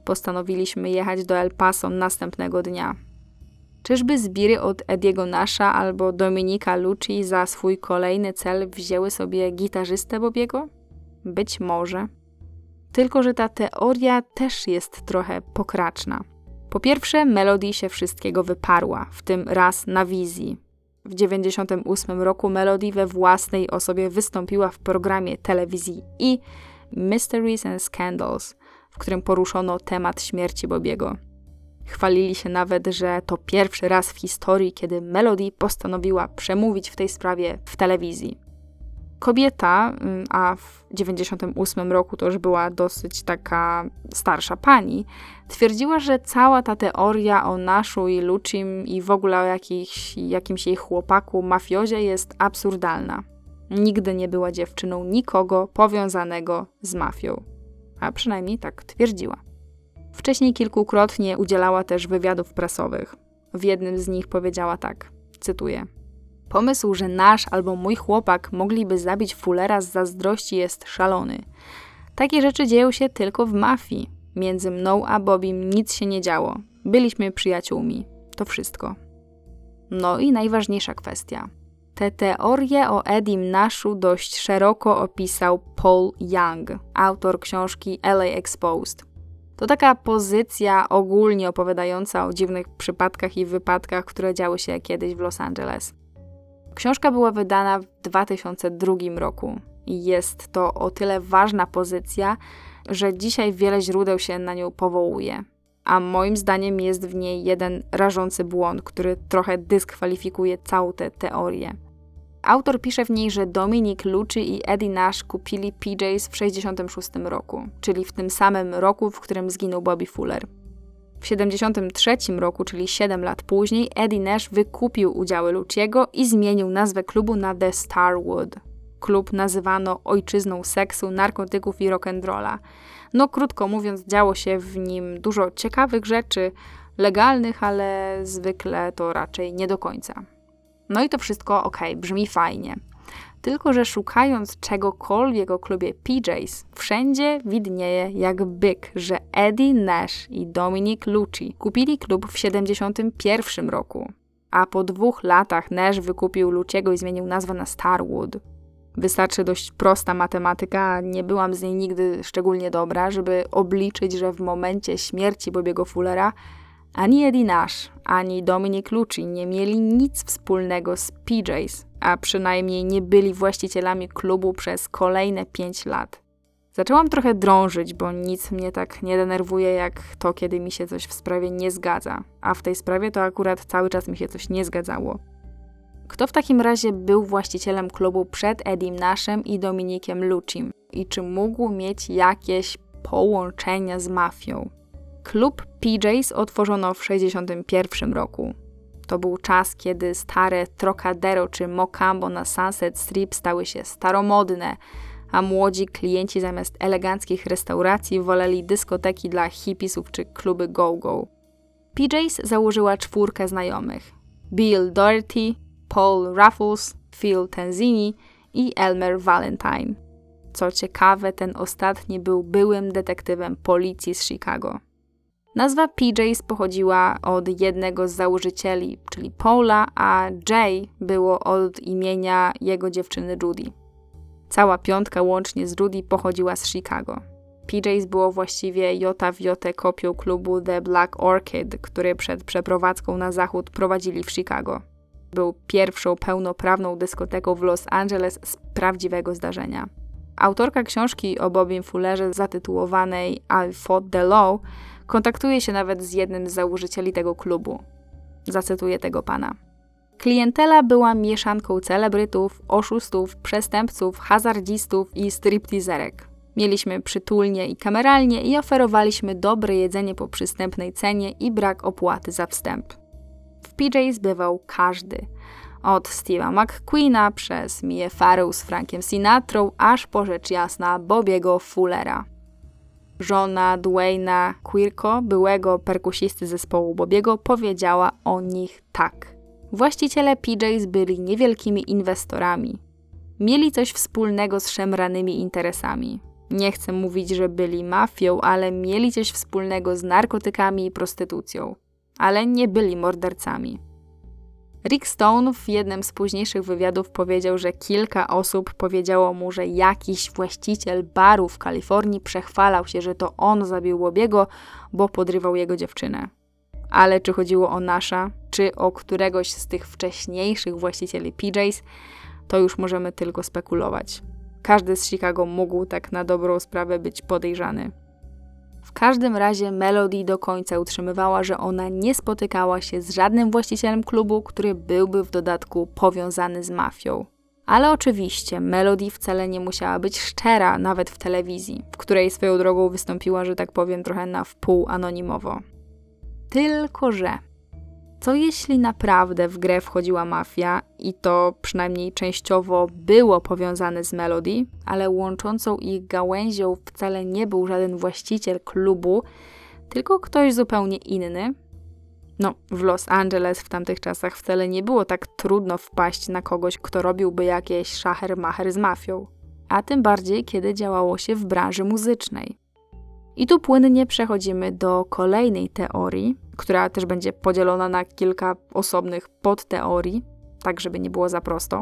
S1: postanowiliśmy jechać do El Paso następnego dnia. Czyżby zbiry od Ediego Nasha albo Dominika Lucci za swój kolejny cel wzięły sobie gitarzystę Bobiego? Być może. Tylko że ta teoria też jest trochę pokraczna. Po pierwsze, Melody się wszystkiego wyparła, w tym raz na wizji. W 1998 roku Melody we własnej osobie wystąpiła w programie telewizji E! Mysteries and Scandals, w którym poruszono temat śmierci Bobiego. Chwalili się nawet, że to pierwszy raz w historii, kiedy Melody postanowiła przemówić w tej sprawie w telewizji. Kobieta, a w 1998 roku to już była dosyć taka starsza pani, twierdziła, że cała ta teoria o Nashu i Luccim i w ogóle o jakimś jej chłopaku, mafiozie jest absurdalna. Nigdy nie była dziewczyną nikogo powiązanego z mafią. A przynajmniej tak twierdziła. Wcześniej kilkukrotnie udzielała też wywiadów prasowych. W jednym z nich powiedziała tak, cytuję: pomysł, że nasz albo mój chłopak mogliby zabić Fullera z zazdrości jest szalony. Takie rzeczy dzieją się tylko w mafii. Między mną a Bobim nic się nie działo. Byliśmy przyjaciółmi. To wszystko. No i najważniejsza kwestia. Te teorie o Edim Nashu dość szeroko opisał Paul Young, autor książki LA Exposed. To taka pozycja ogólnie opowiadająca o dziwnych przypadkach i wypadkach, które działy się kiedyś w Los Angeles. Książka była wydana w 2002 roku i jest to o tyle ważna pozycja, że dzisiaj wiele źródeł się na nią powołuje. A moim zdaniem jest w niej jeden rażący błąd, który trochę dyskwalifikuje całą tę teorię. Autor pisze w niej, że Dominic Lucci i Eddie Nash kupili PJs w 1966 roku, czyli w tym samym roku, w którym zginął Bobby Fuller. W 1973 roku, czyli 7 lat później, Eddie Nash wykupił udziały Lucciego i zmienił nazwę klubu na The Starwood. Klub nazywano ojczyzną seksu, narkotyków i rock'n'rolla. No krótko mówiąc, działo się w nim dużo ciekawych rzeczy, legalnych, ale zwykle to raczej nie do końca. No i to wszystko okej, brzmi fajnie. Tylko że szukając czegokolwiek o klubie PJs, wszędzie widnieje jak byk, że Eddie Nash i Dominic Lucci kupili klub w 1971 roku, a po 2 latach Nash wykupił Lucciego i zmienił nazwę na Starwood. Wystarczy dość prosta matematyka, nie byłam z niej nigdy szczególnie dobra, żeby obliczyć, że w momencie śmierci Bobiego Fullera ani Eddie Nash, ani Dominic Lucci nie mieli nic wspólnego z PJs, a przynajmniej nie byli właścicielami klubu przez kolejne 5 lat. Zaczęłam trochę drążyć, bo nic mnie tak nie denerwuje jak to, kiedy mi się coś w sprawie nie zgadza, a w tej sprawie to akurat cały czas mi się coś nie zgadzało. Kto w takim razie był właścicielem klubu przed Eddim Nashem i Dominikiem Luccim i czy mógł mieć jakieś połączenia z mafią? Klub PJs otworzono w 1961 roku. To był czas, kiedy stare Trocadero czy Mocambo na Sunset Strip stały się staromodne, a młodzi klienci zamiast eleganckich restauracji woleli dyskoteki dla hipisów czy kluby go-go. PJs założyła 4 znajomych: Bill Doherty, Paul Raffles, Phil Tenzini i Elmer Valentine. Co ciekawe, ten ostatni był byłym detektywem policji z Chicago. Nazwa PJs pochodziła od jednego z założycieli, czyli Paula, a J było od imienia jego dziewczyny Judy. Cała 5 łącznie z Judy pochodziła z Chicago. PJs było właściwie jota w jotę kopią klubu The Black Orchid, który przed przeprowadzką na zachód prowadzili w Chicago. Był pierwszą pełnoprawną dyskoteką w Los Angeles z prawdziwego zdarzenia. Autorka książki o Bobbym Fullerze zatytułowanej I Fought the Law kontaktuje się nawet z jednym z założycieli tego klubu. Zacytuję tego pana. Klientela była mieszanką celebrytów, oszustów, przestępców, hazardzistów i stripteaserek. Mieliśmy przytulnie i kameralnie i oferowaliśmy dobre jedzenie po przystępnej cenie i brak opłaty za wstęp. W PJs bywał każdy. Od Steve'a McQueena przez Mię Farrow z Frankiem Sinatrą, aż po rzecz jasna Bobbiego Fullera. Żona Dwayna Quirko, byłego perkusisty zespołu Bobbiego, powiedziała o nich tak. Właściciele PJs byli niewielkimi inwestorami. Mieli coś wspólnego z szemranymi interesami. Nie chcę mówić, że byli mafią, ale mieli coś wspólnego z narkotykami i prostytucją. Ale nie byli mordercami. Rick Stone w jednym z późniejszych wywiadów powiedział, że kilka osób powiedziało mu, że jakiś właściciel baru w Kalifornii przechwalał się, że to on zabił Bobbiego, bo podrywał jego dziewczynę. Ale czy chodziło o Nasha, czy o któregoś z tych wcześniejszych właścicieli PJs, to już możemy tylko spekulować. Każdy z Chicago mógł tak na dobrą sprawę być podejrzany. W każdym razie Melody do końca utrzymywała, że ona nie spotykała się z żadnym właścicielem klubu, który byłby w dodatku powiązany z mafią. Ale oczywiście Melody wcale nie musiała być szczera nawet w telewizji, w której swoją drogą wystąpiła, że tak powiem, trochę na wpół anonimowo. Tylko że, co jeśli naprawdę w grę wchodziła mafia i to przynajmniej częściowo było powiązane z Melody, ale łączącą ich gałęzią wcale nie był żaden właściciel klubu, tylko ktoś zupełnie inny? No, w Los Angeles w tamtych czasach wcale nie było tak trudno wpaść na kogoś, kto robiłby jakieś szacher-macher z mafią. A tym bardziej, kiedy działało się w branży muzycznej. I tu płynnie przechodzimy do kolejnej teorii, która też będzie podzielona na kilka osobnych podteorii, tak żeby nie było za prosto.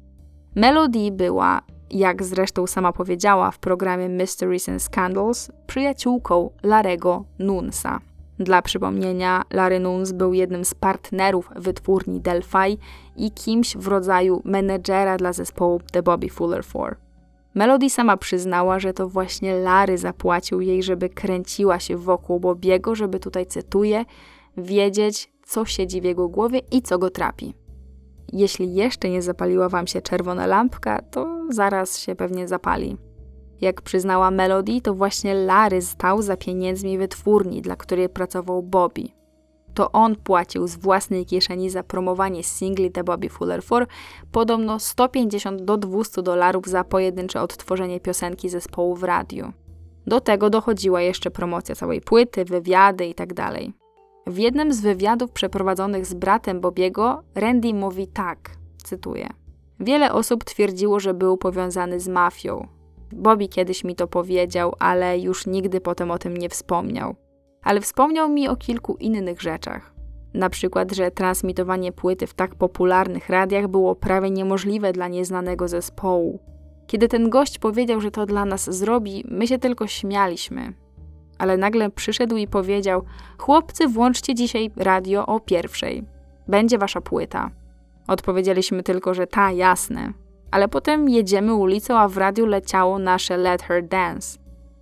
S1: Melody była, jak zresztą sama powiedziała w programie Mysteries and Scandals, przyjaciółką Larry'ego Nunsa. Dla przypomnienia, Larry Nunes był jednym z partnerów wytwórni Delphi i kimś w rodzaju menedżera dla zespołu The Bobby Fuller 4. Melody sama przyznała, że to właśnie Larry zapłacił jej, żeby kręciła się wokół Bobbiego, żeby, tutaj cytuję, wiedzieć, co siedzi w jego głowie i co go trapi. Jeśli jeszcze nie zapaliła wam się czerwona lampka, to zaraz się pewnie zapali. Jak przyznała Melody, to właśnie Larry stał za pieniędzmi wytwórni, dla której pracował Bobby. To on płacił z własnej kieszeni za promowanie singli The Bobby Fuller 4 podobno $150 do $200 za pojedyncze odtworzenie piosenki zespołu w radiu. Do tego dochodziła jeszcze promocja całej płyty, wywiady itd. W jednym z wywiadów przeprowadzonych z bratem Bobbiego Randy mówi tak, cytuję: wiele osób twierdziło, że był powiązany z mafią. Bobby kiedyś mi to powiedział, ale już nigdy potem o tym nie wspomniał. Ale wspomniał mi o kilku innych rzeczach. Na przykład, że transmitowanie płyty w tak popularnych radiach było prawie niemożliwe dla nieznanego zespołu. Kiedy ten gość powiedział, że to dla nas zrobi, my się tylko śmialiśmy. Ale nagle przyszedł i powiedział: chłopcy, włączcie dzisiaj radio o 1:00. Będzie wasza płyta. Odpowiedzieliśmy tylko, że ta, jasne. Ale potem jedziemy ulicą, a w radiu leciało nasze Let Her Dance.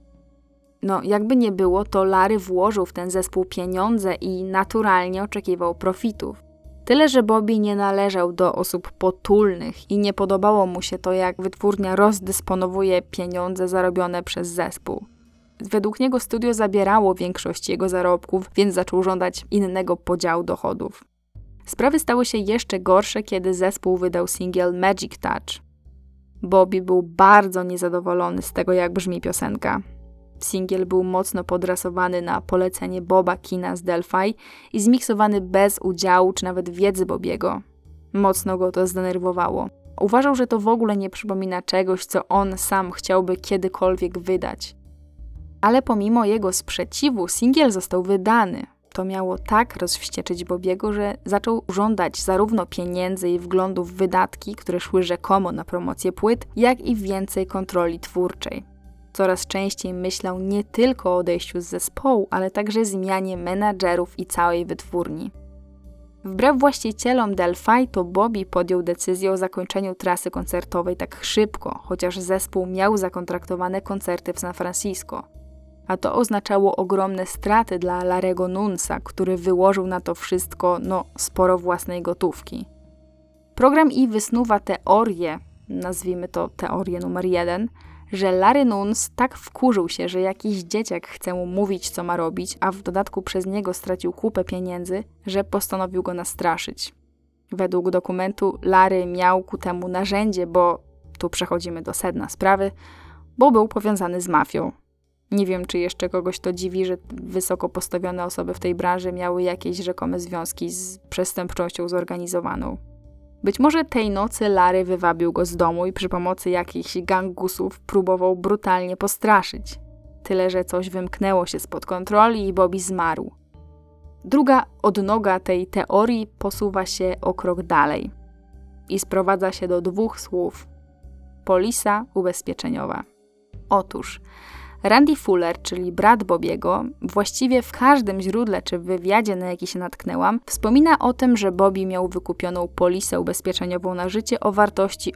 S1: No, jakby nie było, to Larry włożył w ten zespół pieniądze i naturalnie oczekiwał profitów. Tyle, że Bobby nie należał do osób potulnych i nie podobało mu się to, jak wytwórnia rozdysponowuje pieniądze zarobione przez zespół. Według niego studio zabierało większość jego zarobków, więc zaczął żądać innego podziału dochodów. Sprawy stały się jeszcze gorsze, kiedy zespół wydał singiel Magic Touch. Bobby był bardzo niezadowolony z tego, jak brzmi piosenka. Singiel był mocno podrasowany na polecenie Boba Keena z Delphi i zmiksowany bez udziału czy nawet wiedzy Bobbiego. Mocno go to zdenerwowało. Uważał, że to w ogóle nie przypomina czegoś, co on sam chciałby kiedykolwiek wydać. Ale pomimo jego sprzeciwu singiel został wydany. To miało tak rozwścieczyć Bobbiego, że zaczął żądać zarówno pieniędzy i wglądu w wydatki, które szły rzekomo na promocję płyt, jak i więcej kontroli twórczej. Coraz częściej myślał nie tylko o odejściu z zespołu, ale także zmianie menadżerów i całej wytwórni. Wbrew właścicielom Delphi, to Bobby podjął decyzję o zakończeniu trasy koncertowej tak szybko, chociaż zespół miał zakontraktowane koncerty w San Francisco. A to oznaczało ogromne straty dla Larry'ego Nunsa, który wyłożył na to wszystko, sporo własnej gotówki. Program wysnuwa teorię, nazwijmy to teorię numer 1, że Larry Nunes tak wkurzył się, że jakiś dzieciak chce mu mówić, co ma robić, a w dodatku przez niego stracił kupę pieniędzy, że postanowił go nastraszyć. Według dokumentu Larry miał ku temu narzędzie, bo tu przechodzimy do sedna sprawy, bo był powiązany z mafią. Nie wiem, czy jeszcze kogoś to dziwi, że wysoko postawione osoby w tej branży miały jakieś rzekome związki z przestępczością zorganizowaną. Być może tej nocy Larry wywabił go z domu i przy pomocy jakichś gangusów próbował brutalnie postraszyć. Tyle, że coś wymknęło się spod kontroli i Bobby zmarł. Druga odnoga tej teorii posuwa się o krok dalej i sprowadza się do 2 słów. Polisa ubezpieczeniowa. Otóż Randy Fuller, czyli brat Bobiego, właściwie w każdym źródle czy wywiadzie, na jaki się natknęłam, wspomina o tym, że Bobby miał wykupioną polisę ubezpieczeniową na życie o wartości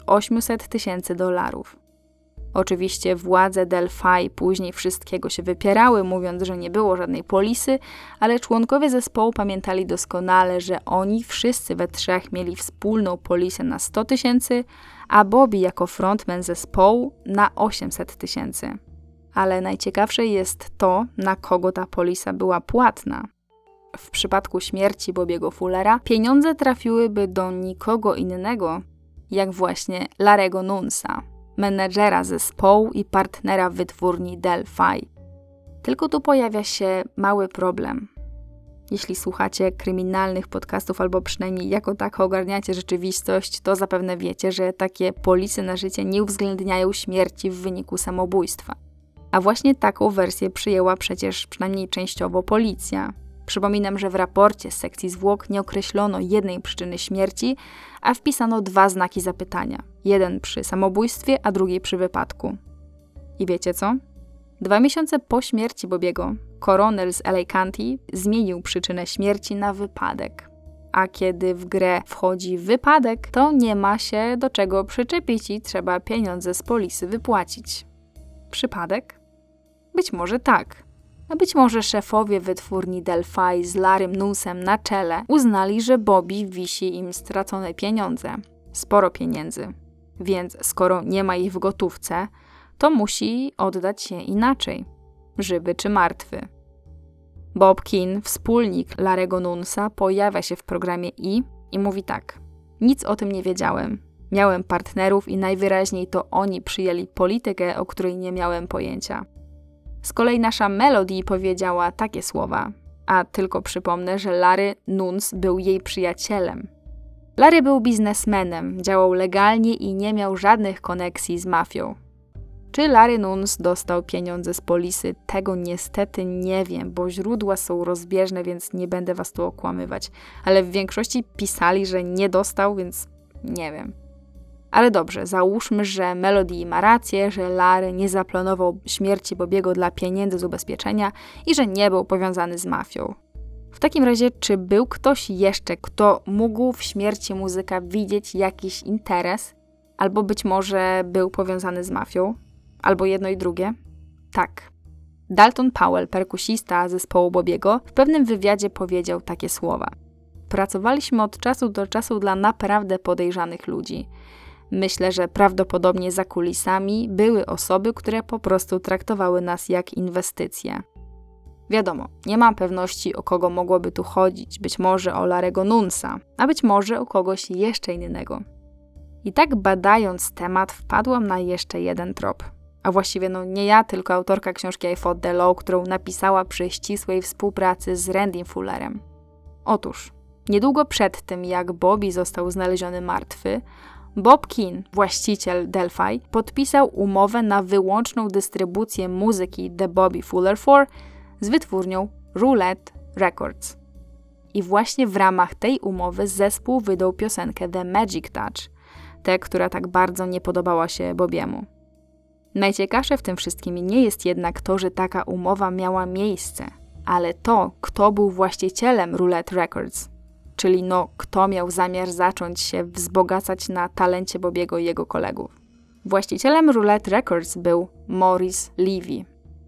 S1: $800,000. Oczywiście władze Delphi później wszystkiego się wypierały, mówiąc, że nie było żadnej polisy, ale członkowie zespołu pamiętali doskonale, że oni wszyscy we 3 mieli wspólną polisę na 100,000, a Bobby jako frontman zespołu na 800,000. Ale najciekawsze jest to, na kogo ta polisa była płatna. W przypadku śmierci Bobiego Fullera pieniądze trafiłyby do nikogo innego, jak właśnie Larry'ego Nunsa, menedżera zespołu i partnera wytwórni Delphi. Tylko tu pojawia się mały problem. Jeśli słuchacie kryminalnych podcastów albo przynajmniej jako tak ogarniacie rzeczywistość, to zapewne wiecie, że takie polisy na życie nie uwzględniają śmierci w wyniku samobójstwa. A właśnie taką wersję przyjęła przecież przynajmniej częściowo policja. Przypominam, że w raporcie z sekcji zwłok nie określono jednej przyczyny śmierci, a wpisano 2 znaki zapytania. Jeden przy samobójstwie, a drugi przy wypadku. I wiecie co? 2 miesiące po śmierci Bobiego, koroner z LA County zmienił przyczynę śmierci na wypadek. A kiedy w grę wchodzi wypadek, to nie ma się do czego przyczepić i trzeba pieniądze z polisy wypłacić. Przypadek? Być może tak. A być może szefowie wytwórni Delphi z Larrym Nunsem na czele uznali, że Bobby wisi im stracone pieniądze. Sporo pieniędzy. Więc skoro nie ma ich w gotówce, to musi oddać je inaczej. Żywy czy martwy. Bob Keane, wspólnik Larry'ego Nunsa, pojawia się w programie i mówi tak. Nic o tym nie wiedziałem. Miałem partnerów i najwyraźniej to oni przyjęli politykę, o której nie miałem pojęcia. Z kolei nasza Melody powiedziała takie słowa, a tylko przypomnę, że Larry Nuns był jej przyjacielem. Larry był biznesmenem, działał legalnie i nie miał żadnych koneksji z mafią. Czy Larry Nuns dostał pieniądze z polisy? Tego niestety nie wiem, bo źródła są rozbieżne, więc nie będę was tu okłamywać. Ale w większości pisali, że nie dostał, więc nie wiem. Ale dobrze, załóżmy, że Melody ma rację, że Larry nie zaplanował śmierci Bobiego dla pieniędzy z ubezpieczenia i że nie był powiązany z mafią. W takim razie, czy był ktoś jeszcze, kto mógł w śmierci muzyka widzieć jakiś interes? Albo być może był powiązany z mafią? Albo jedno i drugie? Tak. Dalton Powell, perkusista zespołu Bobiego, w pewnym wywiadzie powiedział takie słowa. Pracowaliśmy od czasu do czasu dla naprawdę podejrzanych ludzi. Myślę, że prawdopodobnie za kulisami były osoby, które po prostu traktowały nas jak inwestycje. Wiadomo, nie mam pewności, o kogo mogłoby tu chodzić. Być może o Larry'ego Nunsa, a być może o kogoś jeszcze innego. I tak badając temat wpadłam na jeszcze jeden trop. A właściwie nie ja, tylko autorka książki I Fought the Law, którą napisała przy ścisłej współpracy z Randym Fullerem. Otóż, niedługo przed tym, jak Bobby został znaleziony martwy, Bob Keane, właściciel Delphi, podpisał umowę na wyłączną dystrybucję muzyki The Bobby Fuller 4 z wytwórnią Roulette Records. I właśnie w ramach tej umowy zespół wydał piosenkę The Magic Touch, tę, która tak bardzo nie podobała się Bobiemu. Najciekawsze w tym wszystkim nie jest jednak to, że taka umowa miała miejsce, ale to, kto był właścicielem Roulette Records, czyli kto miał zamiar zacząć się wzbogacać na talencie Bobiego i jego kolegów. Właścicielem Roulette Records był Maurice Levy.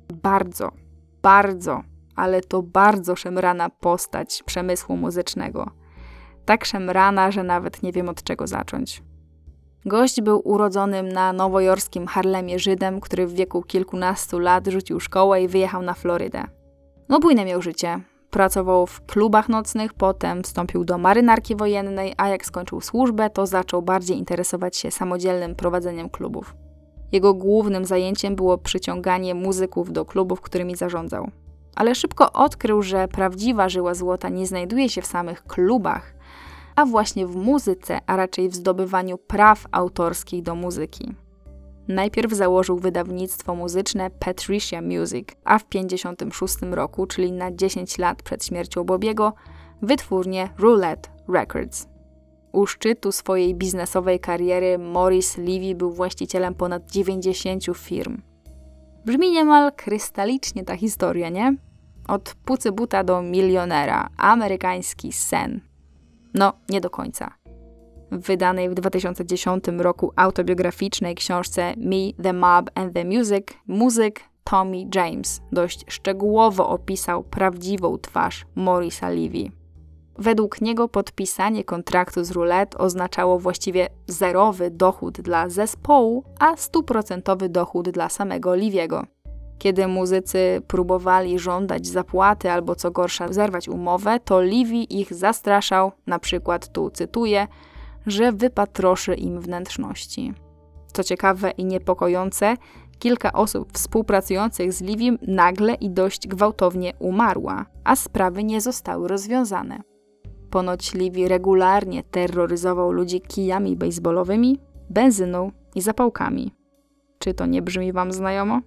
S1: Ale to bardzo szemrana postać przemysłu muzycznego. Tak szemrana, że nawet nie wiem od czego zacząć. Gość był urodzonym na nowojorskim Harlemie Żydem, który w wieku kilkunastu lat rzucił szkołę i wyjechał na Florydę. Bujne miał życie. Pracował w klubach nocnych, potem wstąpił do marynarki wojennej, a jak skończył służbę, to zaczął bardziej interesować się samodzielnym prowadzeniem klubów. Jego głównym zajęciem było przyciąganie muzyków do klubów, którymi zarządzał. Ale szybko odkrył, że prawdziwa żyła złota nie znajduje się w samych klubach, a właśnie w muzyce, a raczej w zdobywaniu praw autorskich do muzyki. Najpierw założył wydawnictwo muzyczne Patricia Music, a w 1956 roku, czyli na 10 lat przed śmiercią Bobiego, wytwórnię Roulette Records. U szczytu swojej biznesowej kariery Maurice Levy był właścicielem ponad 90 firm. Brzmi niemal krystalicznie ta historia, nie? Od pucybuta do milionera. Amerykański sen. No, nie do końca. W wydanej w 2010 roku autobiograficznej książce Me, the Mob and the Music, muzyk Tommy James dość szczegółowo opisał prawdziwą twarz Maurice'a Levy. Według niego podpisanie kontraktu z Roulette oznaczało właściwie zerowy dochód dla zespołu, a 100% dochód dla samego Levy'ego. Kiedy muzycy próbowali żądać zapłaty albo co gorsza zerwać umowę, to Levy ich zastraszał, na przykład tu cytuję, że wypatroszy im wnętrzności. Co ciekawe i niepokojące, kilka osób współpracujących z Levym nagle i dość gwałtownie umarła, a sprawy nie zostały rozwiązane. Ponoć Levy regularnie terroryzował ludzi kijami baseballowymi, benzyną i zapałkami. Czy to nie brzmi wam znajomo?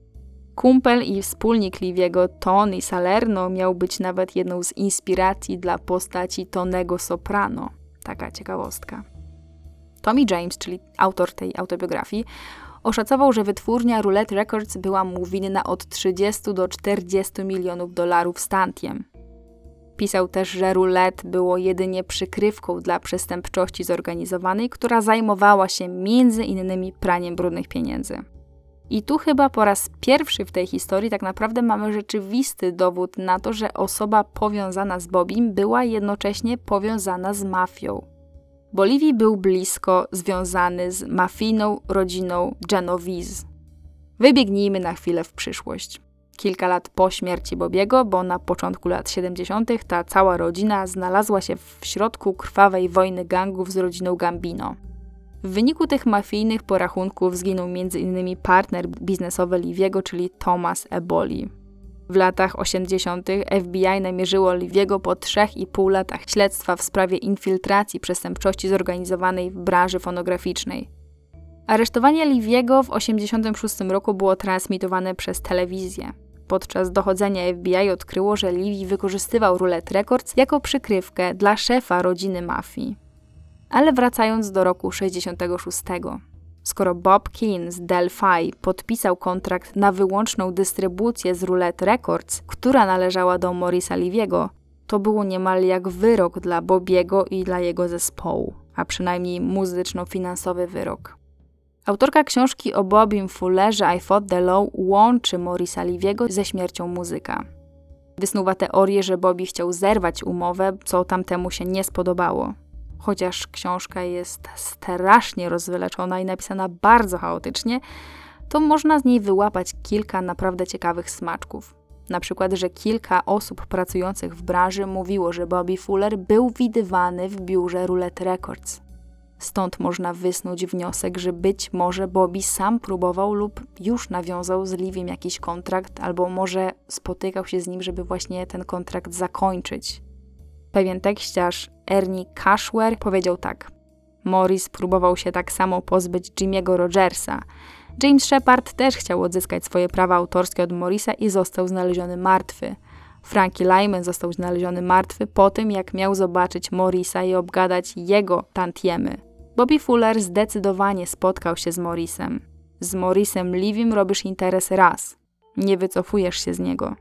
S1: Kumpel i wspólnik Levy'ego Tony Salerno miał być nawet jedną z inspiracji dla postaci Tonego Soprano. Taka ciekawostka. Tommy James, czyli autor tej autobiografii, oszacował, że wytwórnia Roulette Records była mu winna od 30 do 40 milionów dolarów stantiem. Pisał też, że Roulette było jedynie przykrywką dla przestępczości zorganizowanej, która zajmowała się między innymi praniem brudnych pieniędzy. I tu chyba po raz pierwszy w tej historii tak naprawdę mamy rzeczywisty dowód na to, że osoba powiązana z Bobim była jednocześnie powiązana z mafią. Bo Levy był blisko związany z mafijną rodziną Genovese. Wybiegnijmy na chwilę w przyszłość. Kilka lat po śmierci Bobiego, bo na początku lat 70. ta cała rodzina znalazła się w środku krwawej wojny gangów z rodziną Gambino. W wyniku tych mafijnych porachunków zginął m.in. partner biznesowy Levy'ego, czyli Thomas Eboli. W latach 80. FBI namierzyło Levy'ego po 3,5 latach śledztwa w sprawie infiltracji przestępczości zorganizowanej w branży fonograficznej. Aresztowanie Levy'ego w 1986 roku było transmitowane przez telewizję. Podczas dochodzenia FBI odkryło, że Levy wykorzystywał Roulette Records jako przykrywkę dla szefa rodziny mafii. Ale wracając do roku 66. Skoro Bob Keane z Delphi podpisał kontrakt na wyłączną dystrybucję z Roulette Records, która należała do Maurice'a Levy'ego, to było niemal jak wyrok dla Bobiego i dla jego zespołu, a przynajmniej muzyczno-finansowy wyrok. Autorka książki o Bobim Fullerze I Fought the Law łączy Maurice'a Levy'ego ze śmiercią muzyka. Wysnuwa teorię, że Bobby chciał zerwać umowę, co tamtemu się nie spodobało. Chociaż książka jest strasznie rozwyleczona i napisana bardzo chaotycznie, to można z niej wyłapać kilka naprawdę ciekawych smaczków. Na przykład, że kilka osób pracujących w branży mówiło, że Bobby Fuller był widywany w biurze Roulette Records. Stąd można wysnuć wniosek, że być może Bobby sam próbował lub już nawiązał z Levym jakiś kontrakt, albo może spotykał się z nim, żeby właśnie ten kontrakt zakończyć. Pewien tekściarz Ernie Cashware powiedział tak. Maurice próbował się tak samo pozbyć Jimmy'ego Rogersa. James Shepard też chciał odzyskać swoje prawa autorskie od Maurice'a i został znaleziony martwy. Frankie Lyman został znaleziony martwy po tym, jak miał zobaczyć Maurice'a i obgadać jego tantiemy. Bobby Fuller zdecydowanie spotkał się z Maurice'em. Z Maurice'em Levym robisz interes raz. Nie wycofujesz się z niego.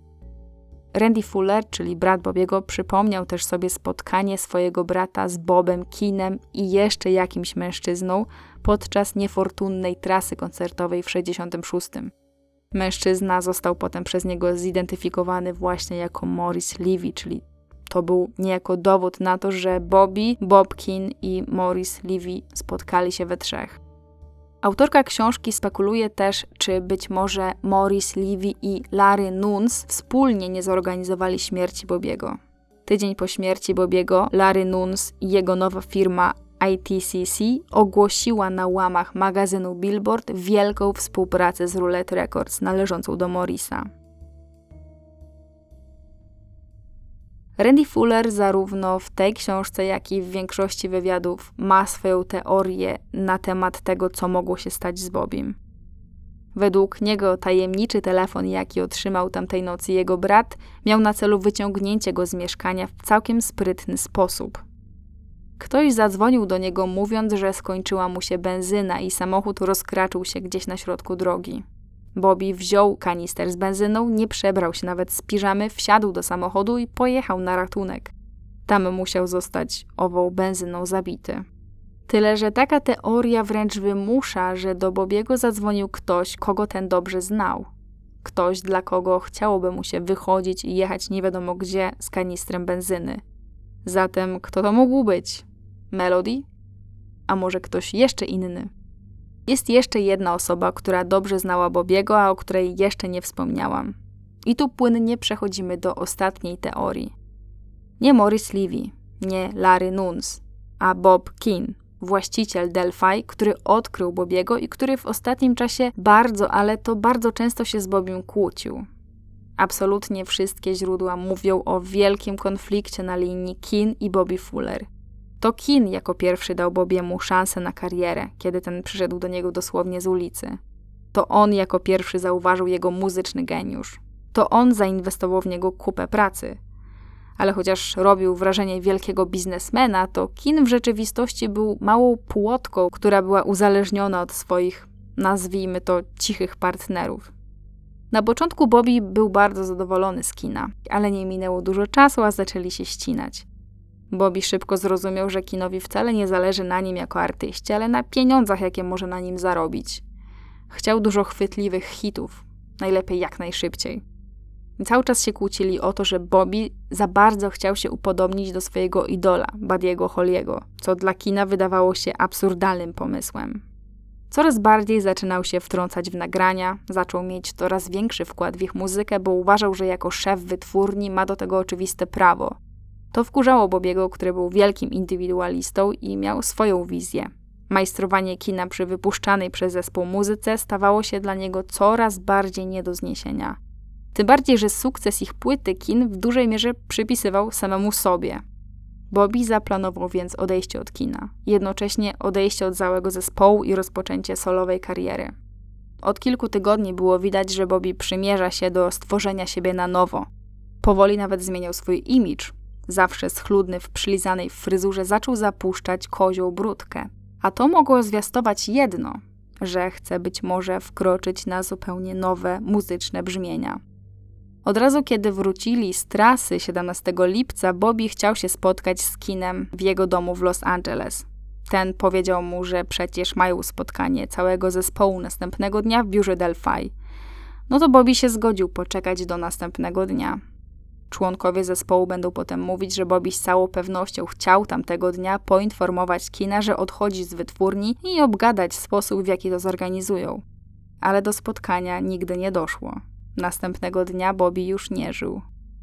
S1: Randy Fuller, czyli brat Bobiego, przypomniał też sobie spotkanie swojego brata z Bobem Keanem i jeszcze jakimś mężczyzną podczas niefortunnej trasy koncertowej w 1966. Mężczyzna został potem przez niego zidentyfikowany właśnie jako Maurice Levy, czyli to był niejako dowód na to, że Bobby, Bob Keane i Maurice Levy spotkali się we trzech. Autorka książki spekuluje też, czy być może Maurice Levy i Larry Nunes wspólnie nie zorganizowali śmierci Bobiego. Tydzień po śmierci Bobiego, Larry Nunes i jego nowa firma ITCC ogłosiła na łamach magazynu Billboard wielką współpracę z Roulette Records należącą do Maurice'a. Randy Fuller zarówno w tej książce, jak i w większości wywiadów ma swoją teorię na temat tego, co mogło się stać z Bobim. Według niego tajemniczy telefon, jaki otrzymał tamtej nocy jego brat, miał na celu wyciągnięcie go z mieszkania w całkiem sprytny sposób. Ktoś zadzwonił do niego, mówiąc, że skończyła mu się benzyna i samochód rozkraczył się gdzieś na środku drogi. Bobby wziął kanister z benzyną, nie przebrał się nawet z piżamy, wsiadł do samochodu i pojechał na ratunek. Tam musiał zostać ową benzyną zabity. Tyle, że taka teoria wręcz wymusza, że do Bobiego zadzwonił ktoś, kogo ten dobrze znał. Ktoś, dla kogo chciałoby mu się wychodzić i jechać nie wiadomo gdzie z kanistrem benzyny. Zatem kto to mógł być? Melody? A może ktoś jeszcze inny? Jest jeszcze jedna osoba, która dobrze znała Bobiego, a o której jeszcze nie wspomniałam. I tu płynnie przechodzimy do ostatniej teorii. Nie Maurice Levy, nie Larry Nunes, a Bob Keane, właściciel Delphi, który odkrył Bobiego i który w ostatnim czasie bardzo, ale to bardzo często się z Bobim kłócił. Absolutnie wszystkie źródła mówią o wielkim konflikcie na linii Keane i Bobby Fuller. To Keane jako pierwszy dał Bobiemu szansę na karierę, kiedy ten przyszedł do niego dosłownie z ulicy. To on jako pierwszy zauważył jego muzyczny geniusz. To on zainwestował w niego kupę pracy. Ale chociaż robił wrażenie wielkiego biznesmena, to Keane w rzeczywistości był małą płotką, która była uzależniona od swoich, nazwijmy to, cichych partnerów. Na początku Bobby był bardzo zadowolony z Keana, ale nie minęło dużo czasu, a zaczęli się ścinać. Bobby szybko zrozumiał, że Keanowi wcale nie zależy na nim jako artyście, ale na pieniądzach, jakie może na nim zarobić. Chciał dużo chwytliwych hitów, najlepiej jak najszybciej. I cały czas się kłócili o to, że Bobby za bardzo chciał się upodobnić do swojego idola, Buddy'ego Holly'ego, co dla Keana wydawało się absurdalnym pomysłem. Coraz bardziej zaczynał się wtrącać w nagrania, zaczął mieć coraz większy wkład w ich muzykę, bo uważał, że jako szef wytwórni ma do tego oczywiste prawo. To wkurzało Bobiego, który był wielkim indywidualistą i miał swoją wizję. Majstrowanie Keana przy wypuszczanej przez zespół muzyce stawało się dla niego coraz bardziej nie do zniesienia. Tym bardziej, że sukces ich płyty Keane w dużej mierze przypisywał samemu sobie. Bobby zaplanował więc odejście od Keana, jednocześnie odejście od całego zespołu i rozpoczęcie solowej kariery. Od kilku tygodni było widać, że Bobby przymierza się do stworzenia siebie na nowo. Powoli nawet zmieniał swój imidż. Zawsze schludny w przylizanej fryzurze zaczął zapuszczać kozią bródkę. A to mogło zwiastować jedno, że chce być może wkroczyć na zupełnie nowe muzyczne brzmienia. Od razu kiedy wrócili z trasy 17 lipca, Bobby chciał się spotkać z Keanem w jego domu w Los Angeles. Ten powiedział mu, że przecież mają spotkanie całego zespołu następnego dnia w biurze Delphi. No to Bobby się zgodził poczekać do następnego dnia. Członkowie zespołu będą potem mówić, że Bobby z całą pewnością chciał tamtego dnia poinformować Keana, że odchodzi z wytwórni i obgadać sposób, w jaki to zorganizują. Ale do spotkania nigdy nie doszło. Następnego dnia Bobby już nie żył.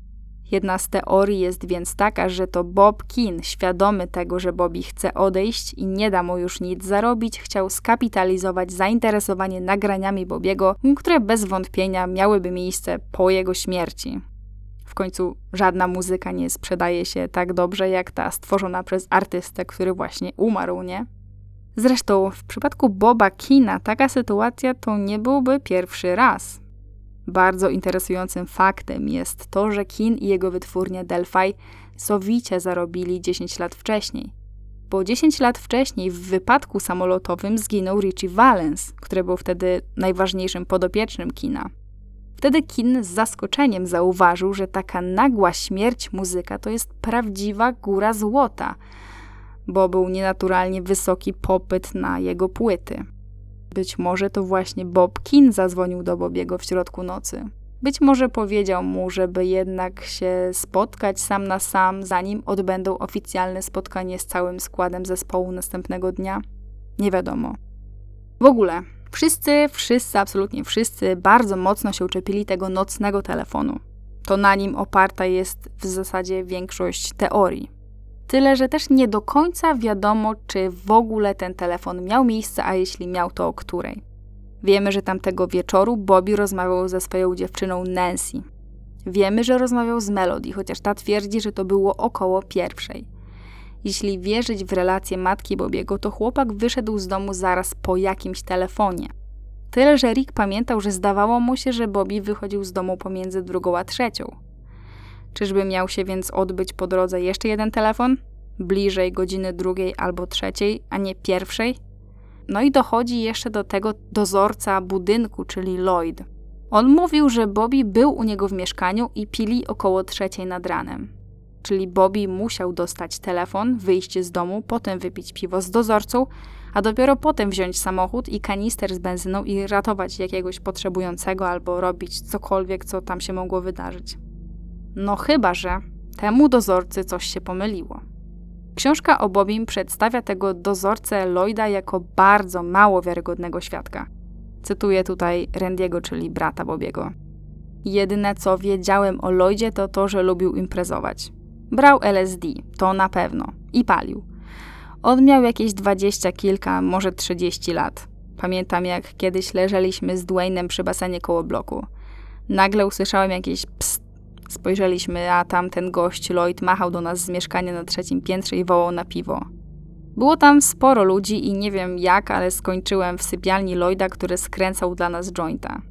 S1: Jedna z teorii jest więc taka, że to Bob Keane, świadomy tego, że Bobby chce odejść i nie da mu już nic zarobić, chciał skapitalizować zainteresowanie nagraniami Bobiego, które bez wątpienia miałyby miejsce po jego śmierci. W końcu żadna muzyka nie sprzedaje się tak dobrze, jak ta stworzona przez artystę, który właśnie umarł, nie? Zresztą w przypadku Boba Keana taka sytuacja to nie byłby pierwszy raz. Bardzo interesującym faktem jest to, że Keane i jego wytwórnia Delphi sowicie zarobili 10 lat wcześniej. Bo 10 lat wcześniej w wypadku samolotowym zginął Ritchie Valens, który był wtedy najważniejszym podopiecznym Keana. Wtedy Keane z zaskoczeniem zauważył, że taka nagła śmierć muzyka to jest prawdziwa góra złota, bo był nienaturalnie wysoki popyt na jego płyty. Być może to właśnie Bob Keane zadzwonił do Bobiego w środku nocy. Być może powiedział mu, żeby jednak się spotkać sam na sam, zanim odbędą oficjalne spotkanie z całym składem zespołu następnego dnia. Nie wiadomo. W ogóle wszyscy, absolutnie wszyscy bardzo mocno się uczepili tego nocnego telefonu. To na nim oparta jest w zasadzie większość teorii. Tyle, że też nie do końca wiadomo, czy w ogóle ten telefon miał miejsce, a jeśli miał, to o której. Wiemy, że tamtego wieczoru Bobby rozmawiał ze swoją dziewczyną Nancy. Wiemy, że rozmawiał z Melody, chociaż ta twierdzi, że to było około 1:00. Jeśli wierzyć w relację matki Bobiego, to chłopak wyszedł z domu zaraz po jakimś telefonie. Tyle, że Rick pamiętał, że zdawało mu się, że Bobby wychodził z domu pomiędzy 2 a 3. Czyżby miał się więc odbyć po drodze jeszcze jeden telefon? Bliżej godziny 2 albo 3, a nie 1:00? No i dochodzi jeszcze do tego dozorca budynku, czyli Lloyd. On mówił, że Bobby był u niego w mieszkaniu i pili około 3 nad ranem. Czyli Bobby musiał dostać telefon, wyjść z domu, potem wypić piwo z dozorcą, a dopiero potem wziąć samochód i kanister z benzyną i ratować jakiegoś potrzebującego albo robić cokolwiek, co tam się mogło wydarzyć. No chyba, że temu dozorcy coś się pomyliło. Książka o Bobbym przedstawia tego dozorcę Lloyda jako bardzo mało wiarygodnego świadka. Cytuję tutaj Randy'ego, czyli brata Bobiego. Jedyne co wiedziałem o Lloydzie to to, że lubił imprezować. Brał LSD, to na pewno, i palił. On miał jakieś 20 kilka, może 30 lat. Pamiętam, jak kiedyś leżeliśmy z Dwaynem przy basenie koło bloku. Nagle usłyszałem jakieś pst. Spojrzeliśmy, a tamten gość Lloyd machał do nas z mieszkania na 3. piętrze i wołał na piwo. Było tam sporo ludzi i nie wiem jak, ale skończyłem w sypialni Lloyda, który skręcał dla nas jointa.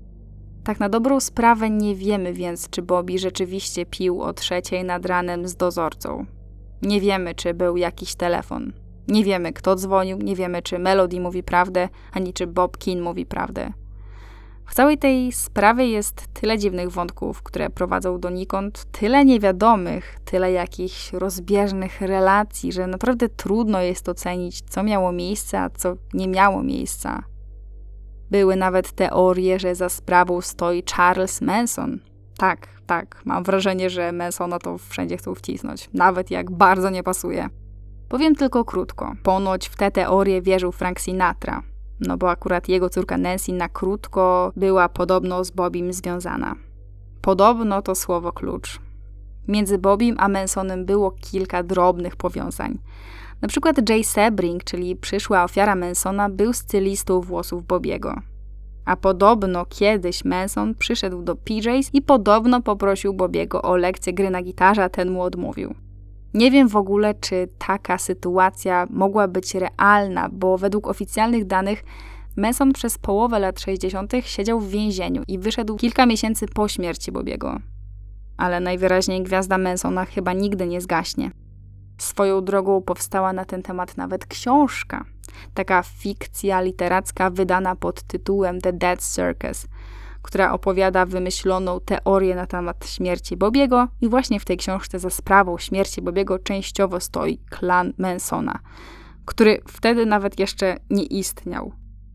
S1: Tak na dobrą sprawę nie wiemy więc, czy Bobby rzeczywiście pił o 3 nad ranem z dozorcą. Nie wiemy, czy był jakiś telefon. Nie wiemy, kto dzwonił, nie wiemy, czy Melody mówi prawdę, ani czy Bob Keane mówi prawdę. W całej tej sprawie jest tyle dziwnych wątków, które prowadzą donikąd, tyle niewiadomych, tyle jakichś rozbieżnych relacji, że naprawdę trudno jest ocenić, co miało miejsce, a co nie miało miejsca. Były nawet teorie, że za sprawą stoi Charles Manson. Tak, mam wrażenie, że Mansona to wszędzie chcą wcisnąć, nawet jak bardzo nie pasuje. Powiem tylko krótko. Ponoć w tę teorię wierzył Frank Sinatra. No bo akurat jego córka Nancy na krótko była podobno z Bobbym związana. Podobno to słowo klucz. Między Bobbym a Mansonem było kilka drobnych powiązań. Na przykład Jay Sebring, czyli przyszła ofiara Mansona, był stylistą włosów Bobbiego. A podobno kiedyś Manson przyszedł do PJ's i podobno poprosił Bobbiego o lekcję gry na gitarze, a ten mu odmówił. Nie wiem w ogóle, czy taka sytuacja mogła być realna, bo według oficjalnych danych Manson przez połowę lat 60. siedział w więzieniu i wyszedł kilka miesięcy po śmierci Bobbiego. Ale najwyraźniej gwiazda Mansona chyba nigdy nie zgaśnie. Swoją drogą powstała na ten temat nawet książka. Taka fikcja literacka wydana pod tytułem The Dead Circus, która opowiada wymyśloną teorię na temat śmierci Bobbiego i właśnie w tej książce za sprawą śmierci Bobbiego częściowo stoi klan Mansona, który wtedy nawet jeszcze nie istniał.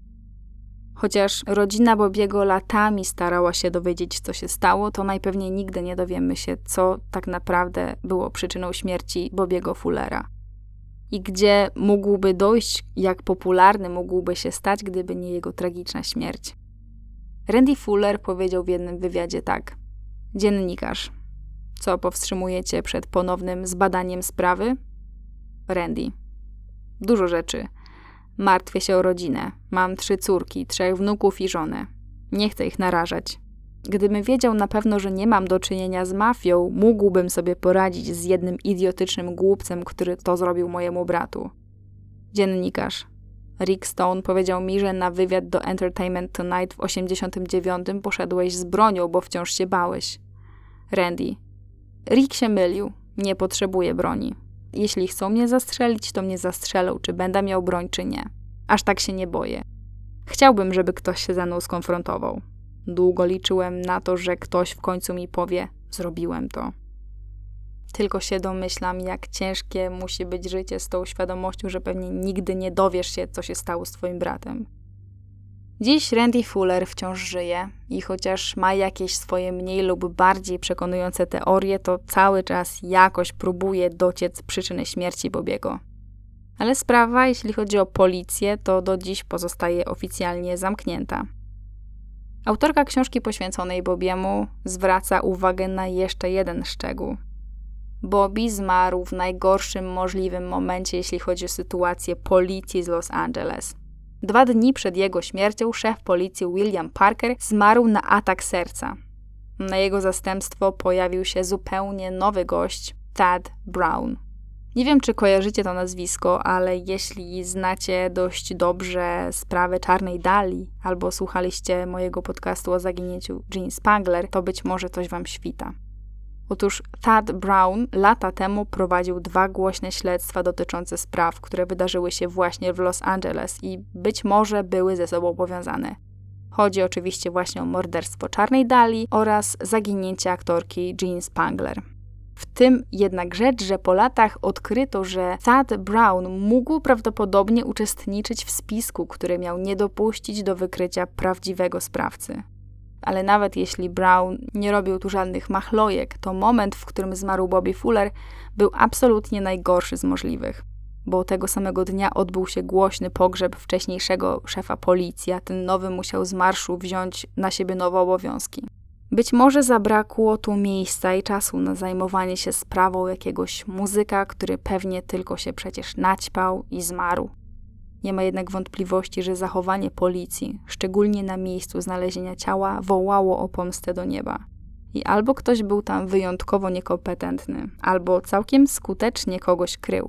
S1: Chociaż rodzina Bobbiego latami starała się dowiedzieć, co się stało, to najpewniej nigdy nie dowiemy się, co tak naprawdę było przyczyną śmierci Bobbiego Fullera. I gdzie mógłby dojść, jak popularny mógłby się stać, gdyby nie jego tragiczna śmierć. Randy Fuller powiedział w jednym wywiadzie tak. Dziennikarz. Co powstrzymujecie przed ponownym zbadaniem sprawy? Randy. Dużo rzeczy. Martwię się o rodzinę. Mam 3 córki, 3 wnuków i żonę. Nie chcę ich narażać. Gdybym wiedział na pewno, że nie mam do czynienia z mafią, mógłbym sobie poradzić z jednym idiotycznym głupcem, który to zrobił mojemu bratu. Dziennikarz. Rick Stone powiedział mi, że na wywiad do Entertainment Tonight w 89 poszedłeś z bronią, bo wciąż się bałeś. Randy. Rick się mylił. Nie potrzebuję broni. Jeśli chcą mnie zastrzelić, to mnie zastrzelą, czy będę miał broń, czy nie. Aż tak się nie boję. Chciałbym, żeby ktoś się ze mną skonfrontował. Długo liczyłem na to, że ktoś w końcu mi powie, zrobiłem to. Tylko się domyślam, jak ciężkie musi być życie z tą świadomością, że pewnie nigdy nie dowiesz się, co się stało z twoim bratem. Dziś Randy Fuller wciąż żyje i chociaż ma jakieś swoje mniej lub bardziej przekonujące teorie, to cały czas jakoś próbuje dociec przyczyny śmierci Bobbiego. Ale sprawa, jeśli chodzi o policję, to do dziś pozostaje oficjalnie zamknięta. Autorka książki poświęconej Bobbiemu zwraca uwagę na jeszcze jeden szczegół. Bobby zmarł w najgorszym możliwym momencie, jeśli chodzi o sytuację policji z Los Angeles. 2 dni przed jego śmiercią szef policji William Parker zmarł na atak serca. Na jego zastępstwo pojawił się zupełnie nowy gość, Thad Brown. Nie wiem, czy kojarzycie to nazwisko, ale jeśli znacie dość dobrze sprawę Czarnej Dali albo słuchaliście mojego podcastu o zaginięciu Jean Spangler, to być może coś wam świta. Otóż Thad Brown lata temu prowadził 2 głośne śledztwa dotyczące spraw, które wydarzyły się właśnie w Los Angeles i być może były ze sobą powiązane. Chodzi oczywiście właśnie o morderstwo Czarnej Dali oraz zaginięcie aktorki Jean Spangler. W tym jednak rzecz, że po latach odkryto, że Thad Brown mógł prawdopodobnie uczestniczyć w spisku, który miał nie dopuścić do wykrycia prawdziwego sprawcy. Ale nawet jeśli Brown nie robił tu żadnych machlojek, to moment, w którym zmarł Bobby Fuller, był absolutnie najgorszy z możliwych. Bo tego samego dnia odbył się głośny pogrzeb wcześniejszego szefa policji, a ten nowy musiał z marszu wziąć na siebie nowe obowiązki. Być może zabrakło tu miejsca i czasu na zajmowanie się sprawą jakiegoś muzyka, który pewnie tylko się przecież naćpał i zmarł. Nie ma jednak wątpliwości, że zachowanie policji, szczególnie na miejscu znalezienia ciała, wołało o pomstę do nieba. I albo ktoś był tam wyjątkowo niekompetentny, albo całkiem skutecznie kogoś krył.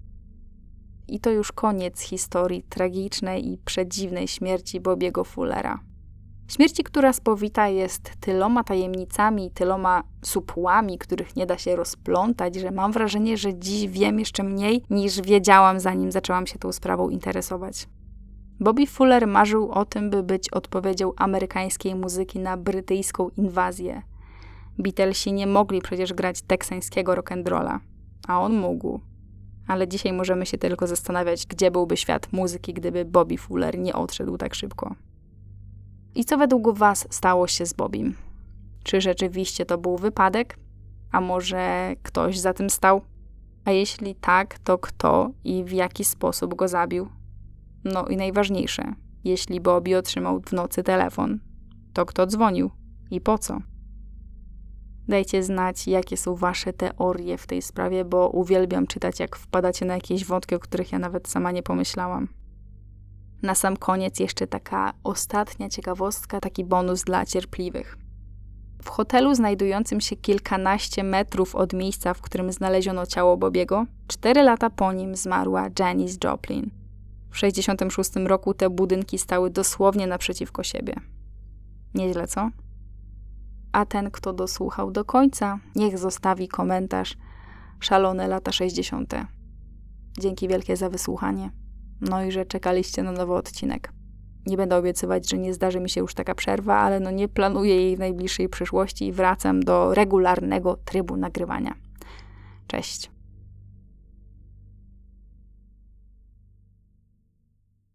S1: I to już koniec historii tragicznej i przedziwnej śmierci Bobbiego Fullera. Śmierci, która spowita jest tyloma tajemnicami i tyloma supłami, których nie da się rozplątać, że mam wrażenie, że dziś wiem jeszcze mniej niż wiedziałam, zanim zaczęłam się tą sprawą interesować. Bobby Fuller marzył o tym, by być odpowiedzią amerykańskiej muzyki na brytyjską inwazję. Beatlesi nie mogli przecież grać teksańskiego rock'n'rolla, a on mógł. Ale dzisiaj możemy się tylko zastanawiać, gdzie byłby świat muzyki, gdyby Bobby Fuller nie odszedł tak szybko. I co według was stało się z Bobbym? Czy rzeczywiście to był wypadek? A może ktoś za tym stał? A jeśli tak, to kto i w jaki sposób go zabił? No i najważniejsze, jeśli Bobby otrzymał w nocy telefon, to kto dzwonił i po co? Dajcie znać, jakie są wasze teorie w tej sprawie, bo uwielbiam czytać, jak wpadacie na jakieś wątki, o których ja nawet sama nie pomyślałam. Na sam koniec jeszcze taka ostatnia ciekawostka, taki bonus dla cierpliwych. W hotelu znajdującym się kilkanaście metrów od miejsca, w którym znaleziono ciało Bobbiego, 4 lata po nim zmarła Janis Joplin. W 1966 roku te budynki stały dosłownie naprzeciwko siebie. Nieźle, co? A ten, kto dosłuchał do końca, niech zostawi komentarz Szalone lata 60. Dzięki wielkie za wysłuchanie. No i że czekaliście na nowy odcinek. Nie będę obiecywać, że nie zdarzy mi się już taka przerwa, ale nie planuję jej w najbliższej przyszłości i wracam do regularnego trybu nagrywania. Cześć.